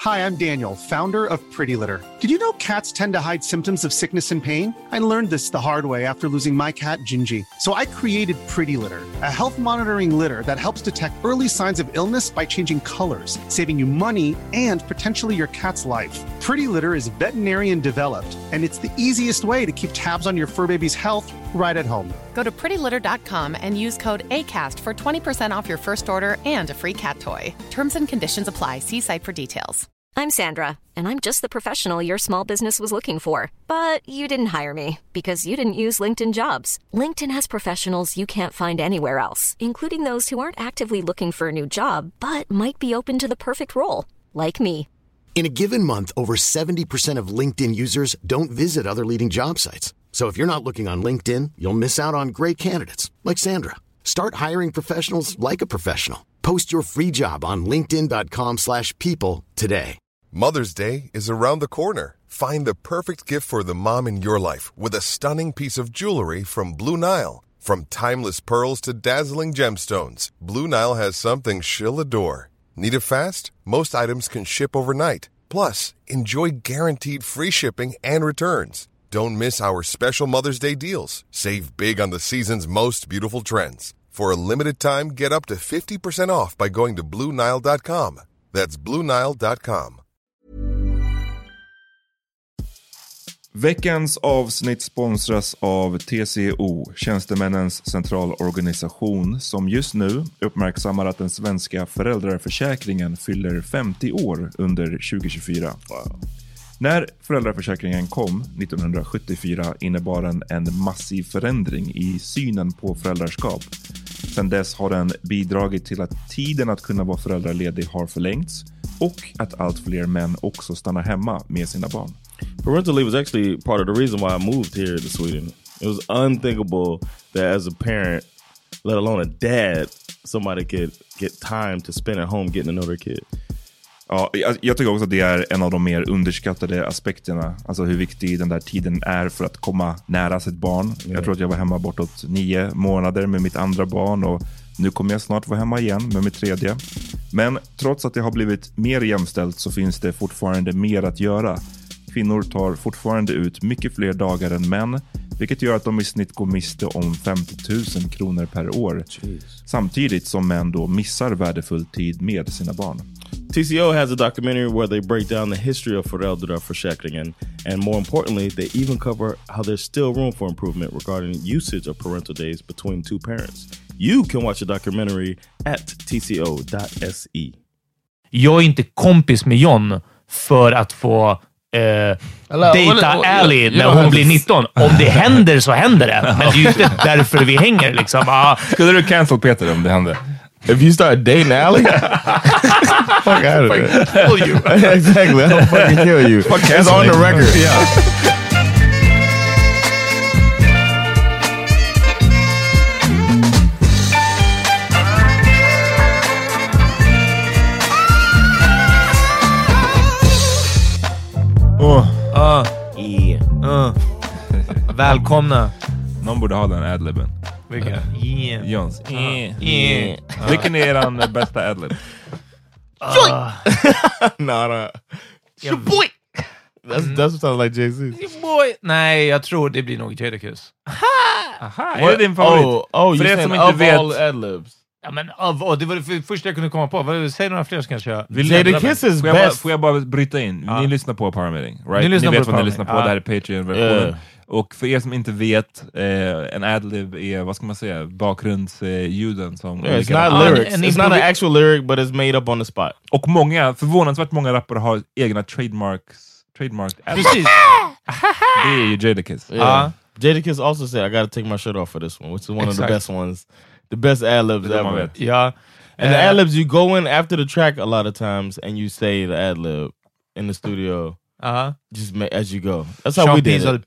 Hi, I'm Daniel, founder of Pretty Litter. Did you know cats tend to hide symptoms of sickness and pain? I learned this the hard way after losing my cat, Gingy. So I created Pretty Litter, a health monitoring litter that helps detect early signs of illness by changing colors, saving you money and potentially your cat's life. Pretty Litter is veterinarian developed, and it's the easiest way to keep tabs on your fur baby's health right at home. Go to prettylitter.com and use code ACAST for 20% off your first order and a free cat toy. Terms and conditions apply. See site for details. I'm Sandra, and I'm just the professional your small business was looking for. But you didn't hire me because you didn't use LinkedIn Jobs. LinkedIn has professionals you can't find anywhere else, including those who aren't actively looking for a new job, but might be open to the perfect role, like me. In a given month, over 70% of LinkedIn users don't visit other leading job sites. So if you're not looking on LinkedIn, you'll miss out on great candidates like Sandra. Start hiring professionals like a professional. Post your free job on linkedin.com/people today. Mother's Day is around the corner. Find the perfect gift for the mom in your life with a stunning piece of jewelry from Blue Nile. From timeless pearls to dazzling gemstones, Blue Nile has something she'll adore. Need it fast? Most items can ship overnight. Plus, enjoy guaranteed free shipping and returns. Don't miss our special Mother's Day deals. Save big on the season's most beautiful trends. For a limited time, get up to 50% off by going to BlueNile.com. That's BlueNile.com. Veckans avsnitt sponsras av TCO, Tjänstemännens centralorganisation, som just nu uppmärksammar att den svenska föräldraförsäkringen fyller 50 år under 2024. Wow. När föräldraförsäkringen kom 1974 innebar den en massiv förändring i synen på föräldraskap. Sedan dess har den bidragit till att tiden att kunna vara föräldraledig har förlängts och att allt fler män också stannar hemma med sina barn. Parental leave was actually part of the reason why I moved here to Sweden. It was unthinkable that as a parent, let alone a dad, somebody could get time to spend at home getting to know their kid. Ja, jag tycker också att det är en av de mer underskattade aspekterna. Alltså hur viktig den där tiden är för att komma nära sitt barn. Yeah. Jag tror att jag var hemma bortåt 9 månader med mitt andra barn och nu kommer jag snart vara hemma igen med mitt tredje. Men trots att det har blivit mer jämställt så finns det fortfarande mer att göra. Kvinnor tar fortfarande ut mycket fler dagar än män, vilket gör att de i snitt går miste om 50 000 kronor per år. Jeez. Samtidigt som män då missar värdefull tid med sina barn. TCO has a documentary where they break down the history of föräldraförsäkringen, and more importantly, they even cover how there's still room for improvement regarding usage of parental days between two parents. You can watch the documentary at tco.se. Jag är inte kompis med John för att få dejta Ali när hon blir 19. Om det händer så händer det. Men det är ju inte därför vi hänger liksom. Skulle du cancel Peter om det händer? If you start dating Ali, fuck out of it. Kill you. Exactly, I'll fucking kill you. It's on the record. Yeah. Välkomna. Någon borde ha den adlibben. Vilken? Jons. Vilken är eran bästa adlib? No. Your boy. That's what sounds like Jay-Z. Your boy. Nej, jag tror det blir nog Jadakiss. Aha. Är det din favorit? För er som inte vet adlibs. Ja, men det var det första jag kunde komma på. Säg några fler så kanske jag... Jadakiss is best. Får jag bara bryta in? Ni lyssnar på Power Meeting, right? Ni vet vad ni lyssnar på. Det här är Patreon-versionen. Och för er som inte vet, en adlib är, vad ska man säga, bakgrundsljuden som... It's not lyrics. It's not an actual lyric, but it's made up on the spot. Och förvånansvärt många rappare har egna trademark adlibs. Precis. Det är ju Jadakiss. Jadakiss also said, I gotta take my shirt off for this one, which is one of the best ones. The best ad-libs ever. Yeah. And the ad-libs, you go in after the track a lot of times and you say the ad-lib in the studio. Just as you go. That's how we did it.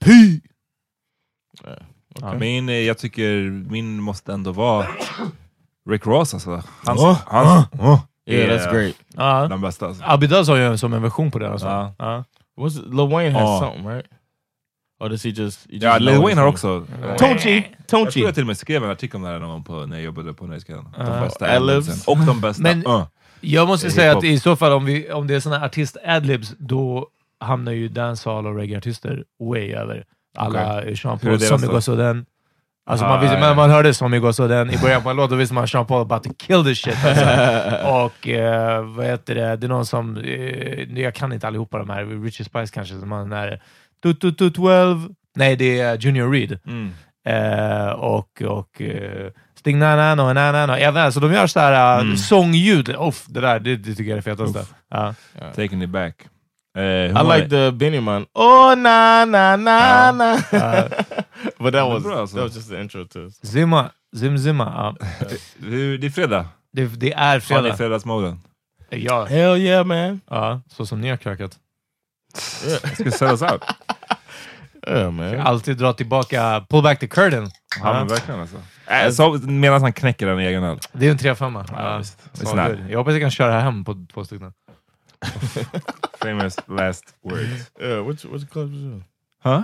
Okay. Jag tycker min måste ändå vara Rick Ross alltså. Yeah, that's great. Den bästa alltså. Abidaz har ju som en version på det alltså. Lil Wayne has something, right? Or does he just Lil Wayne har också. Tonchi. Jag tror jag till och med skrev en artikel om det här någon gång när jag jobbade på Nöjesguiden. De bästa ad-libs. Och de bästa. Jag måste säga att i så fall om det är såna artist-adlibs, då hamnar ju dancehall och reggae-artister way över alla Jean-Paul som det går så den. Alltså man hörde som det går så den i början på en låt, då visste man Jean-Paul about to kill this shit. Alltså. Och vad heter det? Det är någon som, jag kan inte allihopa de här, Richie Spice kanske, som man är 12. Nej, det är Junior Reid. Och Sting na. Även så de gör så här sångljud. Det där, det tycker jag är det fetaste. Taking it back. I like the Benny Man. Oh na. But that was just the intro to Zimma. Det är fredag. Det är fredag. Fan i fredagsmoden. Ja. Hell yeah, man. Ja, så som ni har krökat. Ska sell us out. Yeah, man. Alltid dra tillbaka, pull back the curtain. Ja, men verkligen alltså. Så medan han knäcker den egen öl. Det är en 3-5. Jag hoppas jag kan köra hem på 2 stycken. Famous last words. Which club is it? Huh?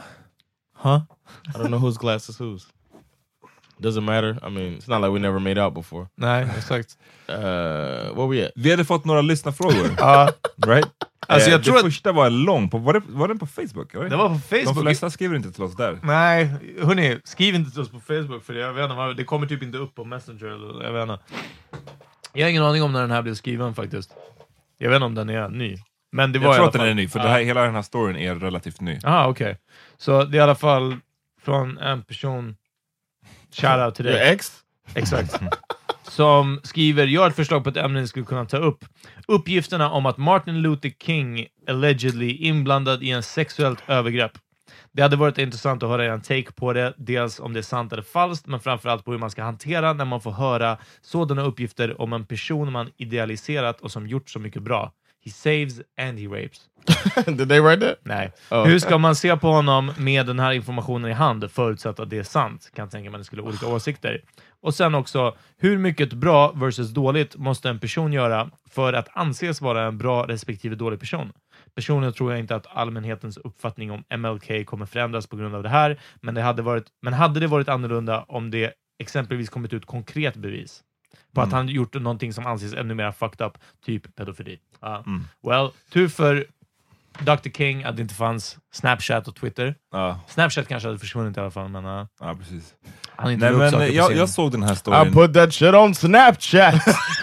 I don't know whose glass is whose. Doesn't matter. I mean, it's not like we never made out before. Nej, exakt. Where we at? Vi hade fått några lyssnarfrågor. Right? Alltså jag tror det första var lång. Var den på Facebook? Eller? Det var på Facebook. De flesta skriver inte till oss där. Nej, hörni, skriv inte till oss på Facebook, för jag vet inte, det kommer typ inte upp på Messenger eller jag vet inte. Jag har ingen aning om när den här blev skriven faktiskt. Jag vet inte om den är ny. Men det var jag tror att den är ny, för det här, hela den här storyn är relativt ny. Okej. Så det är i alla fall från en person, shoutout till dig. Ex? Exakt. Som skriver, jag har ett förslag på ett ämne ni skulle kunna ta upp. Uppgifterna om att Martin Luther King allegedly inblandad i en sexuellt övergrepp. Det hade varit intressant att höra en take på det. Dels om det är sant eller falskt, men framförallt på hur man ska hantera när man får höra sådana uppgifter om en person man idealiserat och som gjort så mycket bra. He saves and he rapes. Did they write that? Nej. Hur ska man se på honom med den här informationen i hand, förutsatt att det är sant? Kan tänka mig att det skulle olika åsikter. Och sen också, hur mycket bra versus dåligt måste en person göra för att anses vara en bra respektive dålig person? Personligen tror jag inte att allmänhetens uppfattning om MLK kommer förändras på grund av det här, men hade det varit annorlunda om det exempelvis kommit ut konkret bevis på att han gjort någonting som anses ännu mer fucked up, typ pedofili. Well, tur för Dr. King att det inte fanns Snapchat och Twitter. Snapchat kanske hade försvunnit i alla fall, men ja, precis. Han inte nej, men jag såg den här storyn. I put that shit on Snapchat.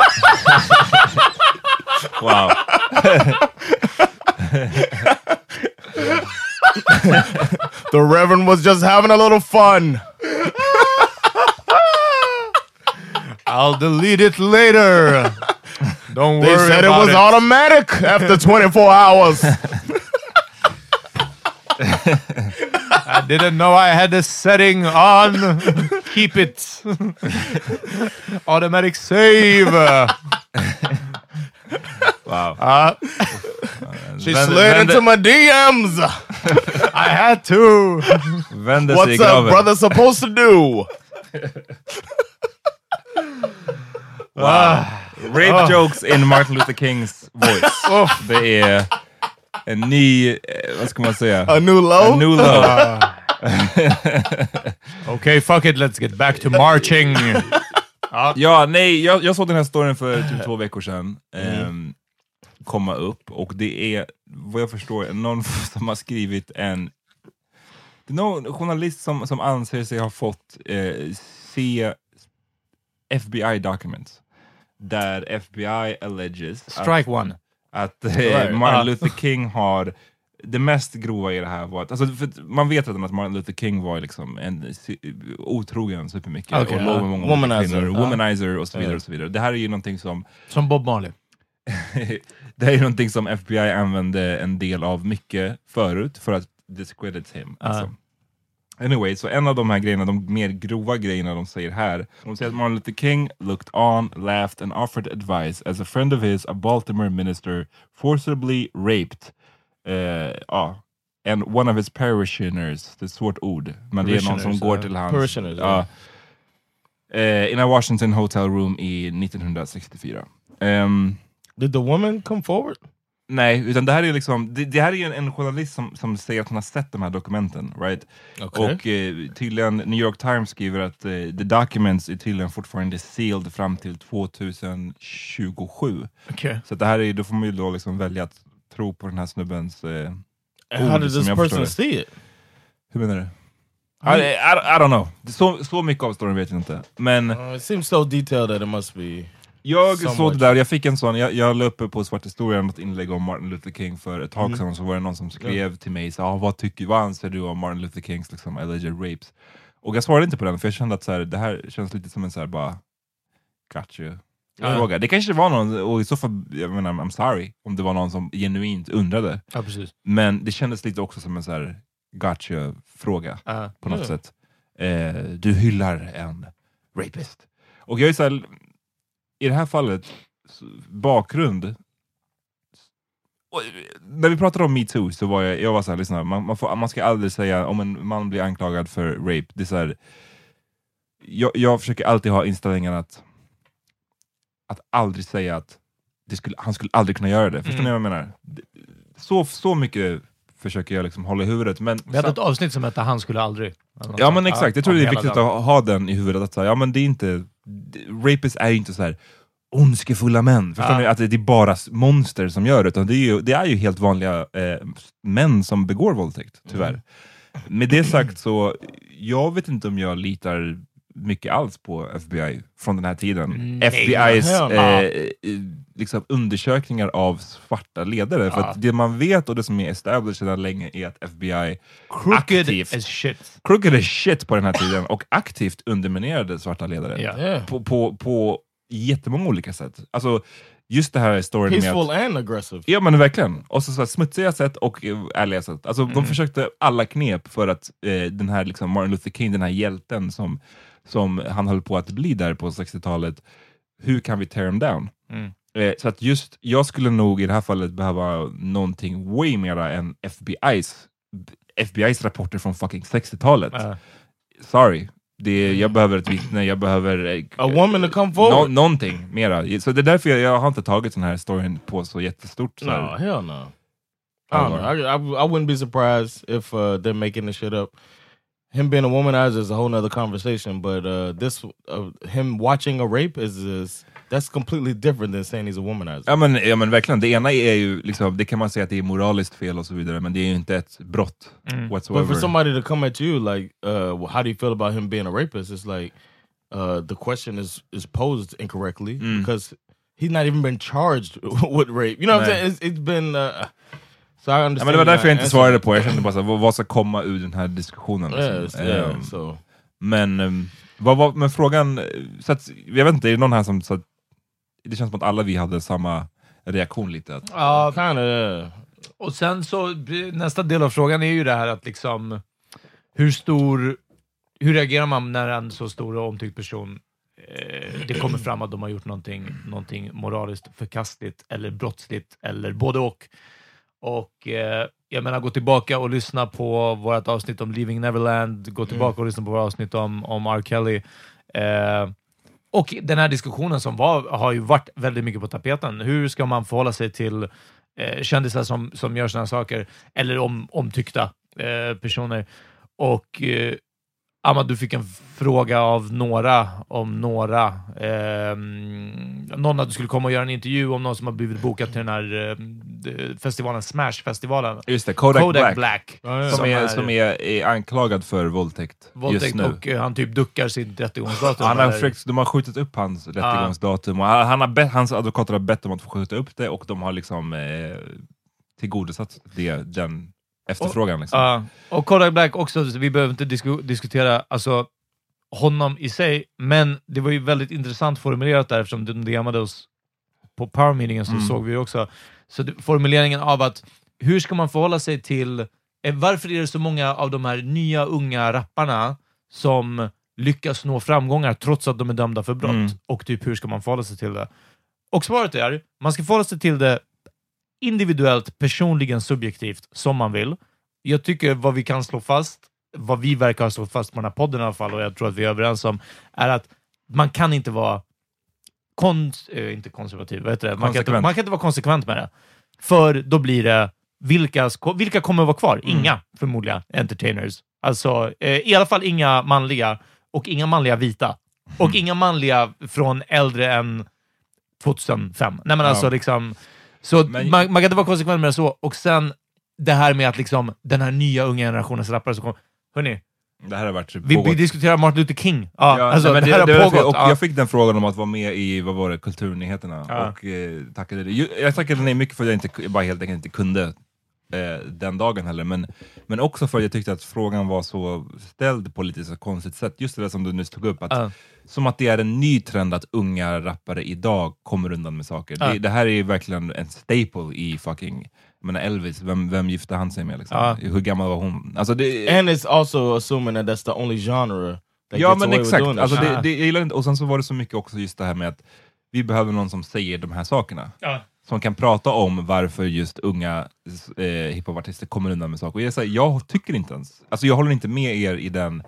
Wow. The Reverend was just having a little fun. I'll delete it later. Don't worry. They said it was automatic after 24 hours. I didn't know I had the setting on. Keep it. Automatic save. Wow. She slid into my DMs. I had to. What's a brother supposed to do? Wow. Rape jokes in Martin Luther Kings voice. Det är en ny, vad ska man säga? A new low? A new low. Okay, fuck it, let's get back to marching. Ja, nej, jag såg den här storyn för typ 2 veckor sedan. Komma upp, och det är, vad jag förstår, någon som har skrivit någon journalist som anser sig ha fått se FBI documents där FBI alleges Strike one. Att Martin Luther King har det mest grova i det här var att, alltså, för man vet att Martin Luther King var liksom en otrogen supermycket och låg med många womanizer och så vidare och så vidare. Det här är ju någonting som Bob Marley. det här är någonting som FBI använde en del av mycket förut för att discredit him. Liksom. Anyway, så en av de här grejerna, de mer grova grejerna de säger här. De säger att Martin Luther King looked on, laughed and offered advice as a friend of his, a Baltimore minister, forcibly raped and one of his parishioners. Det är ett svårt ord, men det är någon som går till hans... Parishioners, in a Washington hotel room i 1964. Did the woman come forward? Nej, utan det här är liksom det här är en journalist som säger att han har sett de här dokumenten, right? Okay. Och tydligen New York Times skriver att the documents är tydligen fortfarande sealed fram till 2027. Okay. Så det här är, då får man ju då liksom välja att tro på den här snubbens how did this person see it? Hur menar du? I don't know. Så mycket av storyn vet jag inte. Men it seems so detailed that it must be. Jag såg det där, jag fick en sån, jag la uppe på Svart historia något inlägg om Martin Luther King för ett tag sedan, så var det någon som skrev till mig så, vad anser du om Martin Luther Kings liksom, alleged rapes? Och jag svarade inte på den, för jag kände att så här, det här känns lite som en så här bara gotcha fråga. Det kanske var någon, och i så fall, jag menar, I'm sorry om det var någon som genuint undrade. Ja, precis. Men det kändes lite också som en så här gotcha fråga på något sätt. Du hyllar en rapist. Och jag är så här, i det här fallet, bakgrund, när vi pratade om Me Too så var jag var så här, lyssna, man ska aldrig säga om en man blir anklagad för rape. Det är så här, jag försöker alltid ha inställningen att aldrig säga att han skulle aldrig kunna göra det. Förstår ni vad jag menar? Så mycket försöker jag liksom hålla i huvudet. Men vi hade ett avsnitt som hette Han skulle aldrig. Ja, men exakt. Jag tror det är viktigt att ha den i huvudet. Att säga, ja, men det är inte, rapists är inte så här ondskefulla män. Förstår ni? Att det är bara monster som gör det. Utan det är ju helt vanliga män som begår våldtäkt, tyvärr. Med det sagt så, jag vet inte om jag litar mycket alls på FBI från den här tiden. FBI's liksom undersökningar av svarta ledare. För att det man vet och det som är established sedan länge är att FBI crooked as shit på den här tiden och aktivt underminerade svarta ledare på jättemånga olika sätt. Alltså just det här storyn peaceful med and aggressive. Ja, men verkligen. Och så smutsiga sätt och ärliga sätt. Alltså de försökte alla knep för att den här liksom Martin Luther King, den här hjälten som han höll på att bli där på 60-talet, hur kan vi tear him down? Så att just, jag skulle nog i det här fallet behöva någonting way mera än FBI's rapporter från fucking 60-talet. Sorry. Jag behöver ett vittne, jag behöver a woman to come forward. Någonting mera. Så det är därför jag har inte tagit den här storyn på så jättestort. No, hell no. I wouldn't be surprised if they're making this shit up. Him being a womanizer is a whole nother conversation, but him watching a rape is that's completely different than saying he's a womanizer. Ja men verkligen, det ena är ju liksom, det kan man säga att det är moraliskt fel och så vidare, men det är ju inte ett brott whatsoever. But for somebody to come at you like how do you feel about him being a rapist, it's like the question is posed incorrectly because he's not even been charged with rape. You know what I'm saying? It's been so I understand. Men det var därför jag inte svarade på. Jag kände bara så här, vad ska komma ur den här diskussionen liksom. So. Men men frågan, så att, jag vet inte, är det någon här som så att, det känns som att alla vi hade samma reaktion lite. Att, ja, kinda. Och sen så nästa del av frågan är ju det här att liksom hur reagerar man när en så stor och omtyckt person det kommer fram att de har gjort någonting moraliskt förkastligt eller brottsligt eller både och jag menar, gå tillbaka och lyssna på vårt avsnitt om Leaving Neverland, gå tillbaka och lyssna på vårt avsnitt om R. Kelly och den här diskussionen som har ju varit väldigt mycket på tapeten. Hur ska man förhålla sig till kändisar som gör såna saker eller omtyckta personer? Och Amma, du fick en fråga av någon att du skulle komma och göra en intervju om någon som har blivit bokad till den här festivalen, Smash-festivalen. Just det, Kodak Black. Som är anklagad för våldtäkt just nu. Och han typ duckar sin rättegångsdatum. De har skjutit upp hans rättegångsdatum och hans advokater har bett om att få skjuta upp det och de har liksom tillgodosatt den efterfrågan liksom. Och Kodak Black också, vi behöver inte diskutera alltså honom i sig, men det var ju väldigt intressant formulerat där eftersom de DMade oss på Power Meetingen så såg vi också. Så formuleringen av att hur ska man förhålla sig till varför är det så många av de här nya unga rapparna som lyckas nå framgångar trots att de är dömda för brott och typ hur ska man förhålla sig till det? Och svaret är, man ska förhålla sig till det individuellt, personligen, subjektivt som man vill. Jag tycker vad vi kan slå fast, vad vi verkar ha slått fast på den här podden i alla fall, och jag tror att vi är överens om, är att man kan inte vara inte konservativ, vad heter det? Man kan inte vara konsekvent med det. För då blir det vilka kommer att vara kvar? Inga förmodliga entertainers. Alltså i alla fall inga manliga och inga manliga vita. Och inga manliga från äldre än 2005. Nej men alltså liksom så man kan inte vara konsekvent med det så. Och sen det här med att liksom den här nya unga generationens rappare som kommer. Hörni, det här har varit vi diskuterar Martin Luther King. Alltså, men det här har pågått. Och jag fick den frågan om att vara med i, vad var det, Kulturnyheterna. Och jag tackade nej mycket för att jag bara helt enkelt inte kunde den dagen heller. Men också för att jag tyckte att frågan var så ställd på lite så konstigt sätt. Just det som du nyss tog upp. Som att det är en ny trend att unga rappare idag kommer undan med saker. Det här är verkligen en staple i fucking... Men Elvis, vem gifte han sig med liksom? Hur gammal var hon? Alltså and it's also assuming that that's the only genre that gets men away exakt. with doing Alltså jag gillar inte. Och sen så var det så mycket också just det här med att vi behöver någon som säger de här sakerna. Som kan prata om varför just unga hiphopartister kommer undan med saker. Och jag tycker inte ens... Alltså jag håller inte med er i den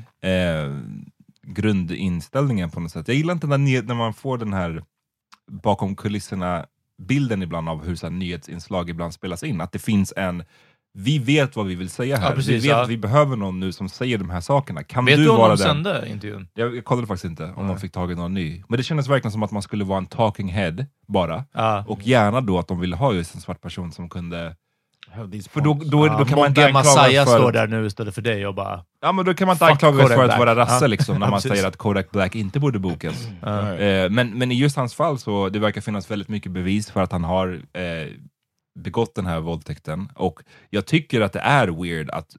grundinställningen på något sätt. Jag gillar inte när man får den här bakom kulisserna bilden ibland av hur så här nyhetsinslag ibland spelas in. Att det finns vi vet vad vi vill säga här. Precis, vi vet att vi behöver någon nu som säger de här sakerna. Vet du om de sände intervjun? Jag kollade faktiskt inte om de fick tag i någon ny. Men det kändes verkligen som att man skulle vara en talking head bara. Och gärna då att de ville ha just en svart person som kunde... För då kan man inte anklaga står där nu istället för dig och bara... Ja, men då kan man inte anklaga för att vara rasse liksom, när man säger att Kodak Black inte borde bokas. Men i just hans fall så det verkar finnas väldigt mycket bevis för att han har begått den här våldtäkten. Och jag tycker att det är weird att...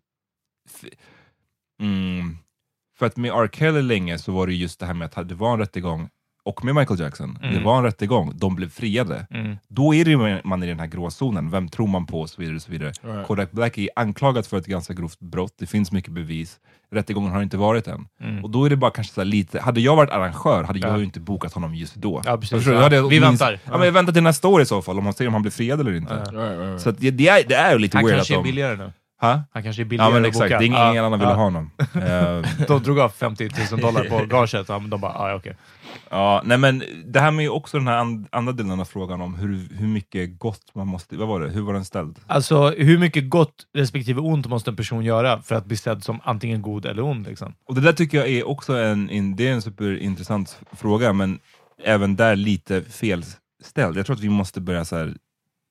för att med R. Kelly länge så var det just det här med att det var en rättegång. Och med Michael Jackson, det var en rättegång, de blev friade. Då är det man i den här gråzonen. Vem tror man på och så vidare och så vidare. Kodak Black är anklagad för ett ganska grovt brott. Det finns mycket bevis. Rättegången har inte varit än. Och då är det bara kanske så här lite... Hade jag varit arrangör hade jag ju inte bokat honom just då. Ja, precis. Vi väntar. Ja, men jag väntar till nästa år i så fall. Om man ser om han blir friad eller inte. Så att det är lite han weird kanske att är billigare nu. Han kanske är billigare men exakt, det är ingen annan ville ha honom. De drog av $50,000 på gaget. De bara, okej. Ja, nej men det här med också den här andra delen av frågan om hur mycket gott man måste... Vad var det? Hur var den ställd? Alltså, hur mycket gott respektive ont måste en person göra för att bli sedd som antingen god eller ond? Liksom? Och det där tycker jag är också det är en superintressant fråga, men även där lite felställd. Jag tror att vi måste börja så här...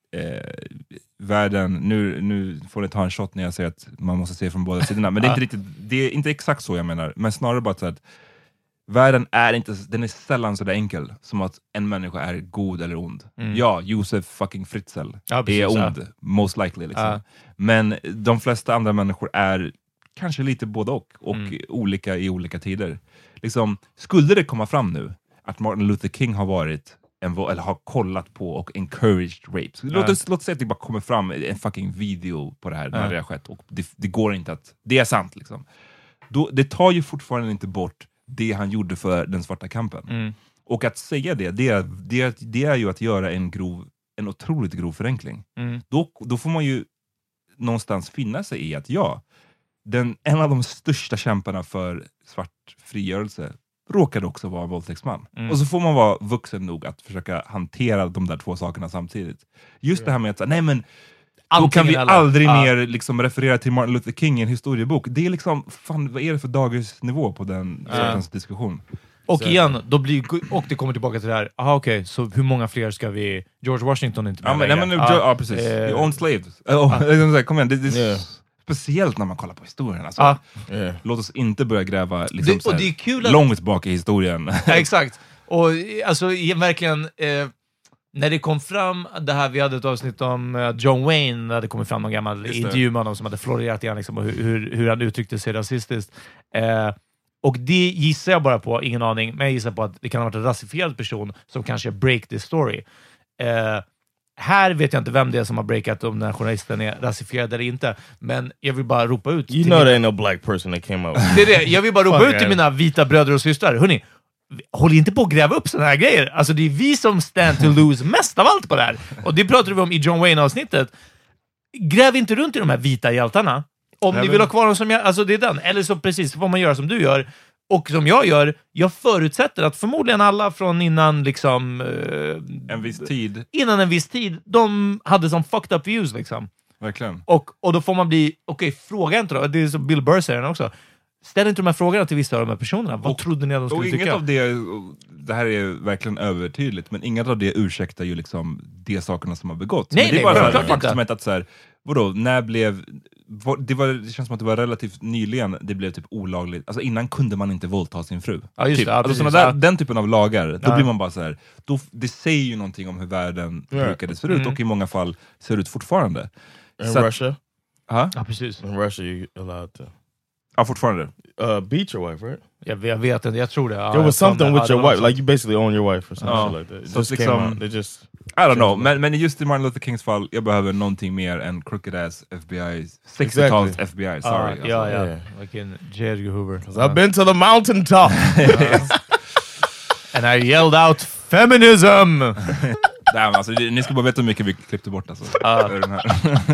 världen, nu får ni ta en shot när jag säger att man måste se från båda sidorna, men det är inte exakt så jag menar, men snarare bara så att världen den är sällan så där enkel som att en människa är god eller ond. Ja, Josef fucking Fritzl är ond, most likely liksom. Men de flesta andra människor är kanske lite både och olika i olika tider. Liksom, skulle det komma fram nu att Martin Luther King har varit eller har kollat på och encouraged rapes. Låt säga att det bara kommer fram en fucking video på det här när det har skett och det går inte att... Det är sant liksom. Det tar ju fortfarande inte bort det han gjorde för den svarta kampen. Och att säga det är ju att göra en otroligt grov förenkling. Då får man ju någonstans finna sig i att en av de största kämparna för svart frigörelse råkade också vara en våldtäktsman. Och så får man vara vuxen nog att försöka hantera de där två sakerna samtidigt. Just det här med att, nej men då kan vi aldrig mer liksom referera till Martin Luther King i en historiebok. Det är liksom, fan, vad är det för dagsnivå på den sortens diskussion? Och igen, och det kommer tillbaka till det här. Okej, så hur många fler ska vi... George Washington inte med längre. Ja, precis. You own slaves. Kom igen, det är speciellt när man kollar på historien. Alltså. Låt oss inte börja gräva liksom, det är kul att... långt bak i historien. Ja, exakt. Och alltså verkligen... när det kom fram det här, vi hade ett avsnitt om John Wayne, när det kom fram någon gammal intervju med honom som hade florerat igen liksom, hur han uttryckte sig rasistiskt. Och det gissar jag bara på, ingen aning, men jag gissar på att det kan ha varit en rasifierad person som kanske break this story. Här vet jag inte vem det är som har breakat om den här journalisten är rasifierad eller inte, men jag vill bara ropa ut you know there ain't no black person that came out. Det är det, jag vill bara ropa ut till mina vita bröder och systrar, hörni, håll inte på att gräva upp såna här grejer. Alltså det är vi som stand to lose mest av allt på det här. Och det pratade vi om i John Wayne-avsnittet. Gräv inte runt i de här vita hjältarna. Om ni vill ha kvar dem som jag... Alltså det är den. Eller så precis får man göra som du gör. Och som jag gör, jag förutsätter att förmodligen alla från innan liksom... en viss tid. Innan en viss tid, de hade som fucked up views liksom. Verkligen. Och då får man bli, fråga inte då, det är som Bill Burr säger också. Ställ inte de här frågorna till vissa av de här personerna. Vad trodde ni att de skulle tycka? Inget av det här är verkligen övertydligt, men inget av det ursäktar ju liksom de sakerna som har begått. Nej, men det är bara klart faktumet att så här, vadå, när blev... Det känns som att det var relativt nyligen det blev typ olagligt. Alltså innan kunde man inte våldta sin fru. Ja, just typ. det, ja, alltså den typen av lagar, då blir man bara så här. Det säger ju någonting om hur världen brukade se ut, och i många fall ser ut fortfarande. In Russia? Ja, precis. In Russia you allowed to... Ja, fortfarande. Beat your wife, right? Jag vet inte, jag tror det. There was something with your wife, like you basically own your wife or something like that. It just came out. They just... I don't know, men just i Martin Luther Kings fall, jag behöver någonting mer än crooked ass FBI, 60-tals FBI, sorry. Ja. Like in J. Edgar Hoover. I've been to the mountaintop! And I yelled out feminism! Damn, alltså, ni ska bara veta hur mycket vi klippte bort alltså. Den här.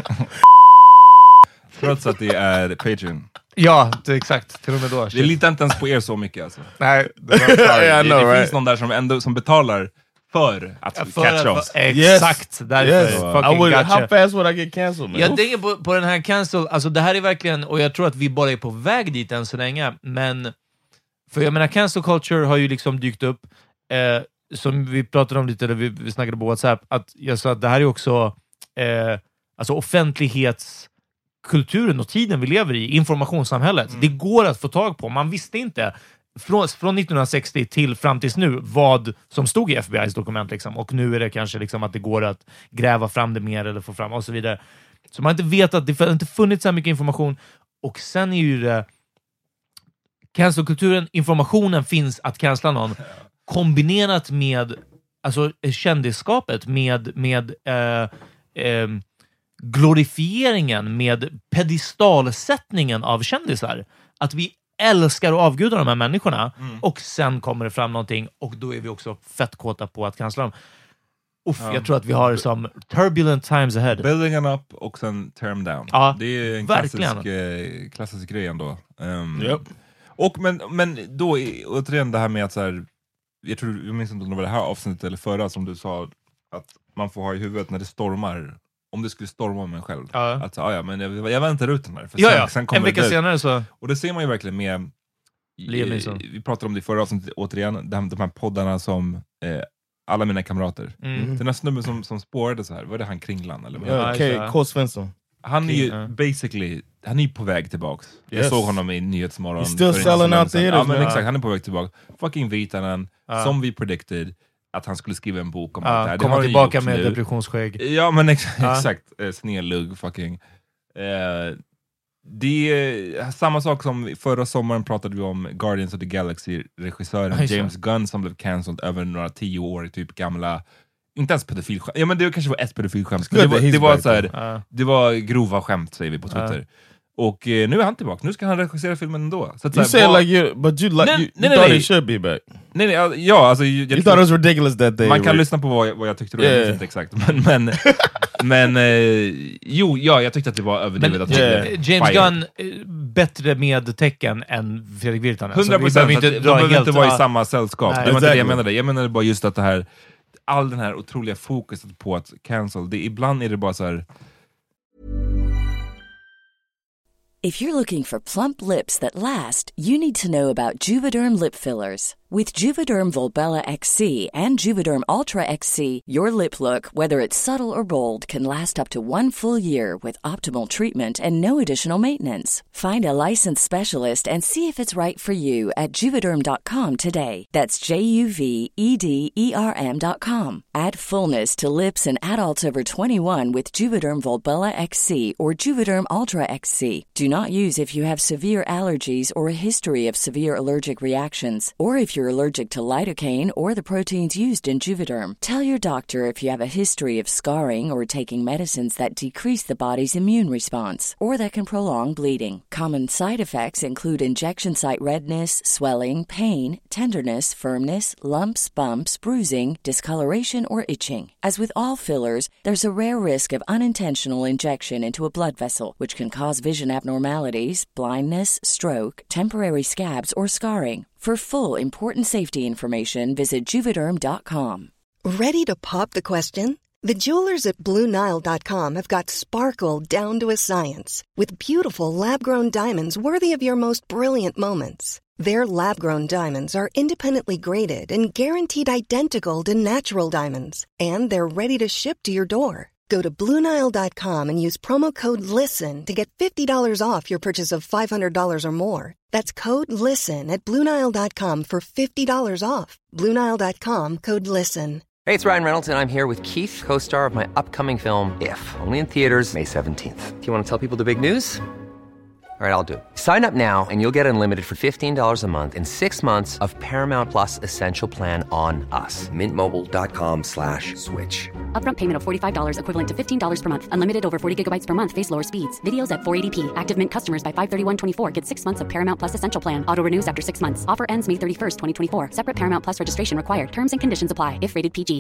Trots att det är Patreon. Ja, exakt. Till och med då. Det litar inte ens på er så mycket alltså. Nej, det finns någon där som betalar för att catcha oss. Exakt, därför. How fast would I get cancelled, man? Jag tänker på den här cancel, alltså det här är verkligen, och jag tror att vi bara är på väg dit än så länge, men för jag menar, cancel culture har ju liksom dykt upp, som vi pratade om lite, eller vi snackade på WhatsApp, att jag sa att det här är också alltså offentlighetskulturen och tiden vi lever i, informationssamhället. Det går att få tag på. Man visste inte från 1960 till fram tills nu vad som stod i FBI:s dokument liksom. Och nu är det kanske liksom att det går att gräva fram det mer eller få fram och så vidare. Så man har inte vetat, det har inte funnits så mycket information. Och sen är ju det cancelkulturen, informationen finns att cancella någon, kombinerat med alltså kändisskapet, med glorifieringen, med pedestalsättningen av kändisar. Att vi älskar och avgudar de här människorna, och sen kommer det fram någonting, och då är vi också fett kåta på att cancella dem. Jag tror att vi har som turbulent times ahead. Building them up och sen tear them down. Ja, det är en klassisk grej ändå. Yep. Och men då återigen det här med att så här, jag minns inte om det var det här avsnittet eller förra som du sa att man får ha i huvudet när det stormar, om det skulle storma mig själv. Att men jag väntar ut den här. För sen kommer en vecka senare så... Och det ser man ju verkligen med... Vi pratade om det i förra avsnittet återigen, de här poddarna som alla mina kamrater. Den här snubben som spårade så här, var det han Kringlan? Eller K. Svensson. Han är ju basically, han är ju på väg tillbaks. Jag såg honom i Nyhetsmorgon. He's still selling out theaters. Men exakt, han är på väg tillbaka. Fucking Vitanen, som vi predicted att han skulle skriva en bok om allt det här. Komma tillbaka med depressionsskägg. Ja, men exakt. Snedlugg, fucking. Det är samma sak som förra sommaren pratade vi om Guardians of the Galaxy-regissören James Gunn som blev cancelled över några 10 år i typ gamla... Inte ens pedofilskämt. Ja, men det kanske var ett pedofilskämt. Det var så här, det var grova skämt, säger vi på Twitter. Och nu är han tillbaka. Nu ska han regissera filmen ändå. Så att, you say like you thought it should be back. Nej, ja, alltså... You thought it was ridiculous that day. Man kan lyssna på vad jag tyckte, jag inte exakt. Men jag tyckte att det var överdrivet. Men James Gunn, bättre med tecken än Fredrik Virtanen. 100%, de behöver inte vara i samma sällskap. Det var inte det jag menade. Jag menade bara just att det här, all den här otroliga fokuset på att cancel, ibland är det bara så här... If you're looking for plump lips that last, you need to know about Juvederm lip fillers. With Juvederm Volbella XC and Juvederm Ultra XC, your lip look, whether it's subtle or bold, can last up to 1 full year with optimal treatment and no additional maintenance. Find a licensed specialist and see if it's right for you at Juvederm.com today. That's JUVEDERM.com. Add fullness to lips in adults over 21 with Juvederm Volbella XC or Juvederm Ultra XC. Do not use if you have severe allergies or a history of severe allergic reactions, or if you're you're allergic to lidocaine or the proteins used in Juvederm. Tell your doctor if you have a history of scarring or taking medicines that decrease the body's immune response or that can prolong bleeding. Common side effects include injection site redness, swelling, pain, tenderness, firmness, lumps, bumps, bruising, discoloration, or itching. As with all fillers, there's a rare risk of unintentional injection into a blood vessel, which can cause vision abnormalities, blindness, stroke, temporary scabs, or scarring. For full, important safety information, visit Juvederm.com. Ready to pop the question? The jewelers at BlueNile.com have got sparkle down to a science with beautiful lab-grown diamonds worthy of your most brilliant moments. Their lab-grown diamonds are independently graded and guaranteed identical to natural diamonds, and they're ready to ship to your door. Go to BlueNile.com and use promo code LISTEN to get $50 off your purchase of $500 or more. That's code LISTEN at BlueNile.com for $50 off. BlueNile.com, code LISTEN. Hey, it's Ryan Reynolds, and I'm here with Keith, co-star of my upcoming film, If, only in theaters May 17th. Do you want to tell people the big news? All right, I'll do it. Sign up now and you'll get unlimited for $15 a month and 6 months of Paramount Plus Essential Plan on us. MintMobile.com/switch. Upfront payment of $45 equivalent to $15 per month. Unlimited over 40 gigabytes per month. Face lower speeds. Videos at 480p. Active Mint customers by 531.24 get 6 months of Paramount Plus Essential Plan. Auto renews after 6 months. Offer ends May 31st, 2024. Separate Paramount Plus registration required. Terms and conditions apply if rated PG.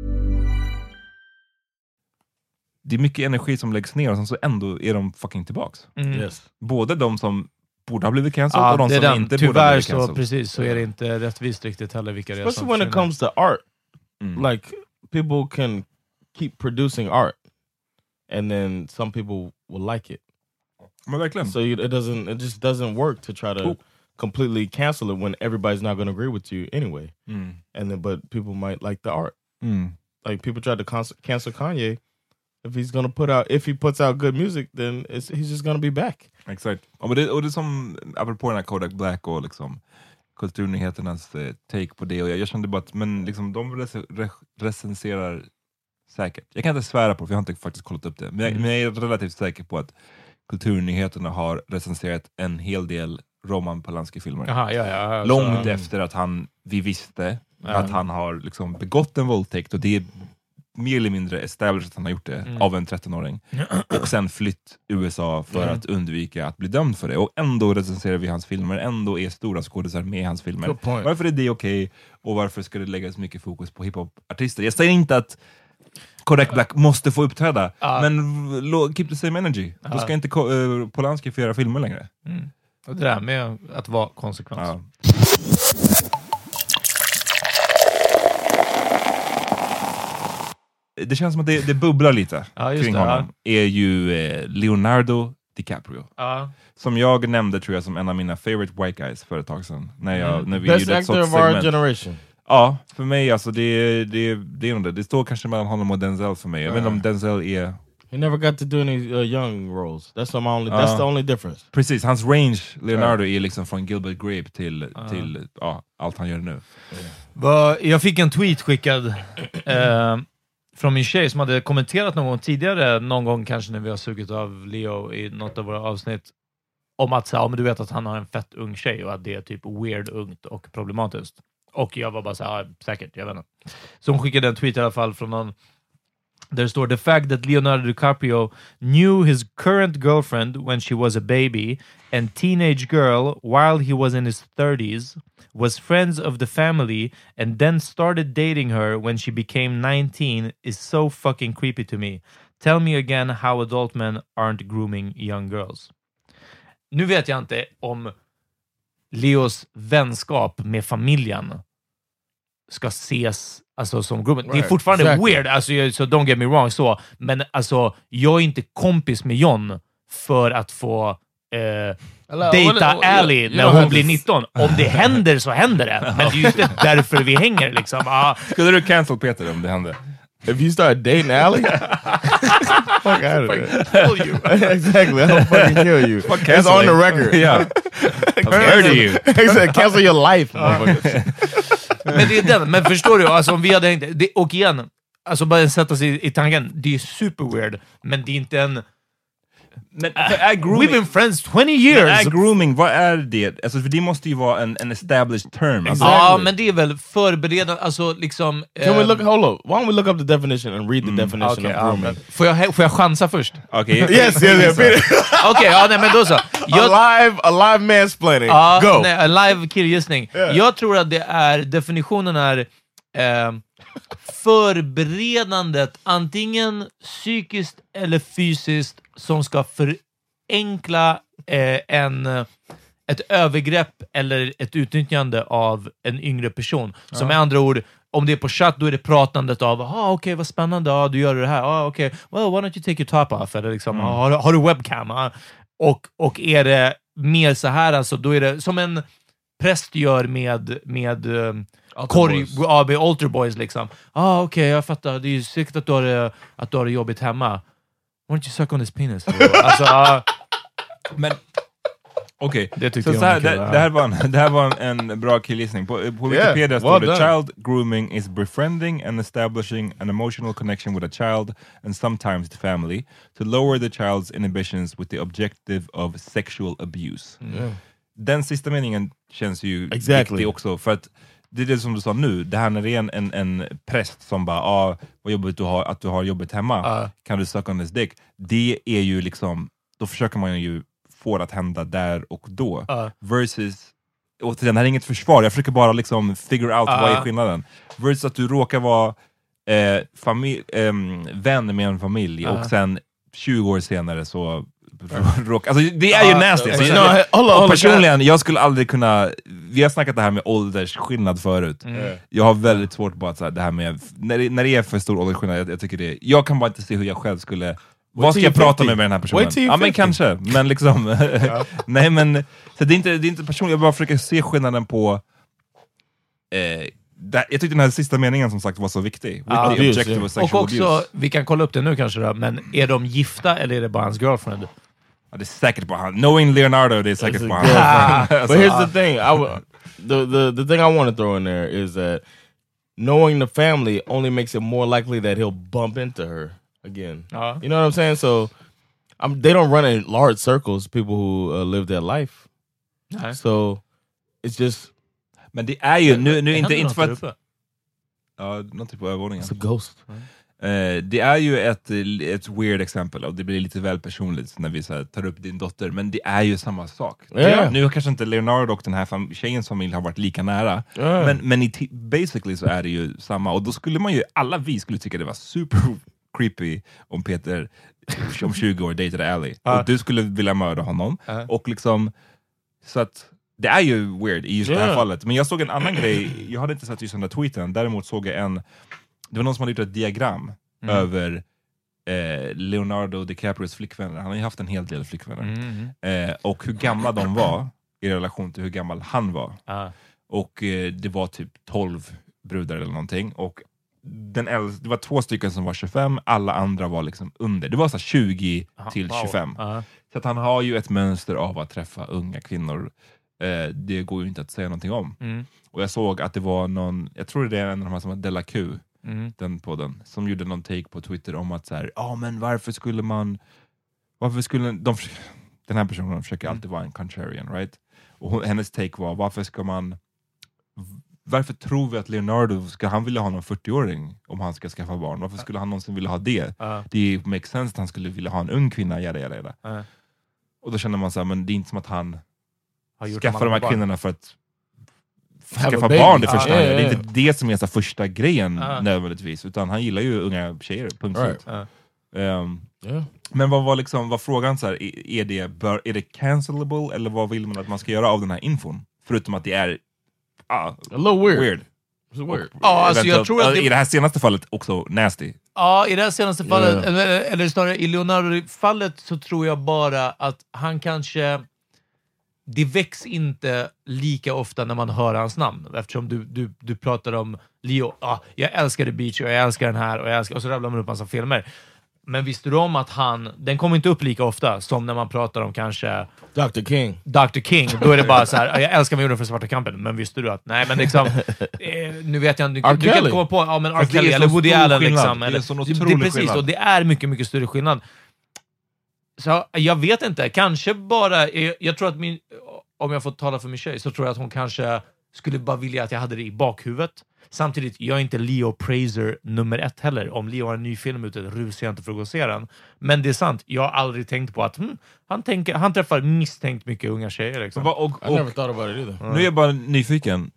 Det är mycket energi som läggs ner och så ändå är de fucking tillbaks. Yes. Både de som borde ha blivit cancelled och de som inte borde ha blivit cancelled. Så precis så är det inte rättvist riktigt heller vilka det är. Especially when it comes to art. Like people can keep producing art and then some people will like it. Men verkligen. So it just doesn't work to try to completely cancel it when everybody's not going to agree with you anyway. And then but people might like the art. Like people tried to cancel Kanye. If he puts out good music, then he's just gonna be back. Exakt. Och det är som apropå den här Kodak Black och liksom kulturnyheternas take på det, och jag kände bara att men liksom de recenserar säkert. Jag kan inte svära på, för jag har inte faktiskt kollat upp det. Men jag är relativt säker på att kulturnyheterna har recenserat en hel del Roman Polanski-filmer. Långt efter att vi visste att han har liksom begått en våldtäkt, och det är mer eller mindre established att han har gjort det av en 13-åring. Och sen flytt USA för att undvika att bli dömd för det. Och ändå recenserar vi hans filmer, ändå är stora skådespelare med hans filmer. Varför är det okej? Och varför ska det läggas mycket fokus på hiphop-artister? Jag säger inte att Kodak Black måste få uppträda, men keep the same energy. Då ska inte Polanski få göra filmer längre. Och det där med att vara konsekvent. Det känns som att det bubblar lite kring honom. Är ju Leonardo DiCaprio. Som jag nämnde, tror jag, som en av mina favorite white guys för ett tag sedan. När vi Best actor of our generation. Ja, för mig alltså det är nog det. Det står kanske mellan honom och Denzel för mig. Jag vet inte om Denzel är... He never got to do any young roles. That's the only difference. Precis, hans range, Leonardo, är liksom från Gilbert Grape till allt han gör nu. Jag fick en tweet skickad från min tjej som hade kommenterat någon gång kanske när vi har sugit av Leo i något av våra avsnitt, om att men du vet att han har en fett ung tjej och att det är typ weird, ungt och problematiskt. Och jag var bara så säkert, jag vet inte. Så hon skickade en tweet i alla fall från någon där står: the fact that Leonardo DiCaprio knew his current girlfriend when she was a baby and teenage girl while he was in his 30s, was friends of the family, and then started dating her when she became 19 is so fucking creepy to me. Tell me again how adult men aren't grooming young girls. Nu vet jag inte om Leos vänskap med familjen ska ses alltså som grooming. Right. Det är fortfarande weird, alltså, så don't get me wrong så, men alltså jag är inte kompis med John för att få dejta Ally när hon blir 19. Om det händer så händer det, men det är ju inte därför vi hänger liksom. Skulle du cancel Peter om det händer? If you start dating Ally, fuck out of it. Kill you. Exactly, I'll fucking kill you. It's on the record. Yeah. Where do you? Cancel your life, Men det är den, men förstår du, alltså om vi hade hängt, och igen, alltså bara sätta sig i tanken, det är super weird, men det är inte en Men är grooming, we've been friends 20 years. Men är grooming, vad är det? Alltså, för det måste ju vara en established term. Exactly. Ja, men det är väl förberedande, alltså liksom... Can we look, hold up, why don't we look up the definition and read the definition of grooming? Får jag chansa först? Okej. Yes. Okej, ja, nej, men då så. A live mansplaining. Go. Nej, en live killgissning. Jag tror att definitionen är förberedandet, antingen psykiskt eller fysiskt, som ska förenkla ett övergrepp eller ett utnyttjande av en yngre person. Så med andra ord, om det är på chatt, då är det pratandet av okej, vad spännande, du gör det här, okej, well, why don't you take your top off? Eller liksom, har du webcam? Och är det mer så här, alltså, då är det som en präst gör med Altar Boys liksom. Okej, jag fattar. Det är ju säkert att du har det jobbigt hemma. Why don't you suck on his penis? Alltså, men okej, det tyckte jag. Det här var en bra killgissning. På Wikipedia står det: child grooming is befriending and establishing an emotional connection with a child and sometimes the family to lower the child's inhibitions with the objective of sexual abuse. Den sista meningen känns ju viktig också, för att det är det som du sa nu, det här när det är en präst som bara, vad jobbigt att du har jobbet hemma, kan du söka on this dick? Det är ju liksom, då försöker man ju få det att hända där och då. Versus, och det här är inget försvar, jag försöker bara liksom figure out vad är skillnaden. Versus att du råkar vara vän med en familj och sen 20 år senare så alltså det är ju nasty. Personligen, jag skulle aldrig kunna, vi har snackat det här med åldersskillnad förut. Jag har väldigt svårt på att det här med när det är för stor åldersskillnad, jag tycker det, jag kan bara inte se hur jag själv skulle, vad ska jag prata med den här personen? Ja, men kanske, men liksom nej, men så det är inte personligt, jag bara försöker se skillnaden på jag tyckte den här sista meningen som sagt var så viktig. Och också, vi kan kolla upp det nu kanske då, men är de gifta eller är det bara hans girlfriend? Ja, det är säkert på han. Knowing Leonardo, det är säkert på han. But here's the thing, the thing I want to throw in there is that knowing the family only makes it more likely that he'll bump into her again. You know what I'm saying? So they don't run in large circles, people who live their life. So it's just... Men det är ju nu inte för att... Ja, något på övervåningen. It's a ghost. Det är ju ett weird exempel, och det blir lite väl personligt när vi så här, tar upp din dotter, men det är ju samma sak. Nu kanske inte Leonardo och den här tjejens familj har varit lika nära, men basically så är det ju samma, och då skulle man ju, vi skulle tycka det var super creepy om Peter om 20 år dejtade Ally, och du skulle vilja mörda honom, och liksom, så att det är ju weird i just det här fallet. Men jag såg en annan grej, jag hade inte sett just den där tweeten, däremot såg jag det var någon som hade gjort ett diagram över Leonardo DiCaprios flickvänner. Han har ju haft en hel del flickvänner. Och hur gamla de var i relation till hur gammal han var. Och det var typ 12 brudar eller någonting. Och det var 2 stycken som var 25, alla andra var liksom under. Det var så 20 till 25. Så att han har ju ett mönster av att träffa unga kvinnor. Det går ju inte att säga någonting om. Och jag såg att det var någon, jag tror det är en av de här som var Della Q, den podden, som gjorde någon take på Twitter om att så här, men varför skulle den här personen försöker alltid vara en contrarian, right? Och hennes take var, varför tror vi att Leonardo, ska han vilja ha någon 40-åring om han ska skaffa barn? Varför skulle han någonsin vilja ha det? Det makes sense att han skulle vilja ha en ung kvinna, jada. Och då känner man så här, men det är inte som att han skaffar de här kvinnorna för att skaffa barn det första. Det är inte det som är så första grejen nödvändigtvis, utan han gillar ju unga tjejer, punkt slut. Men vad var frågan så här, är det cancelable, eller vad vill man att man ska göra av den här infon? Förutom att det är a little weird. Alltså jag tror att i det här senaste fallet också nasty. Ja, i det här senaste fallet, eller snarare i Leonardo-fallet, så tror jag bara att han kanske... Det väcks inte lika ofta när man hör hans namn, eftersom du pratar om Leo, jag älskar The Beach och jag älskar den här och så rabblar man upp massa filmer. Men visste du om att den kommer inte upp lika ofta som när man pratar om kanske Dr. King. Då är det bara så här, jag älskar mig för Svarta kampen, men visste du att nej, men liksom nu vet jag inte, du kan komma på men R. Kelly eller Woody Allen liksom, det är så otrolig precis skillnad. Och det är mycket mycket större skillnad. Så jag vet inte, kanske bara... Jag tror att om jag får tala för min tjej så tror jag att hon kanske skulle bara vilja att jag hade det i bakhuvudet. Samtidigt, jag är inte Leo Praiser nummer 1 heller. Om Leo har en ny film ute, rusar jag inte för att gå se den. Men det är sant, jag har aldrig tänkt på att han träffar misstänkt mycket unga tjejer. Liksom. Nu är jag bara nyfiken.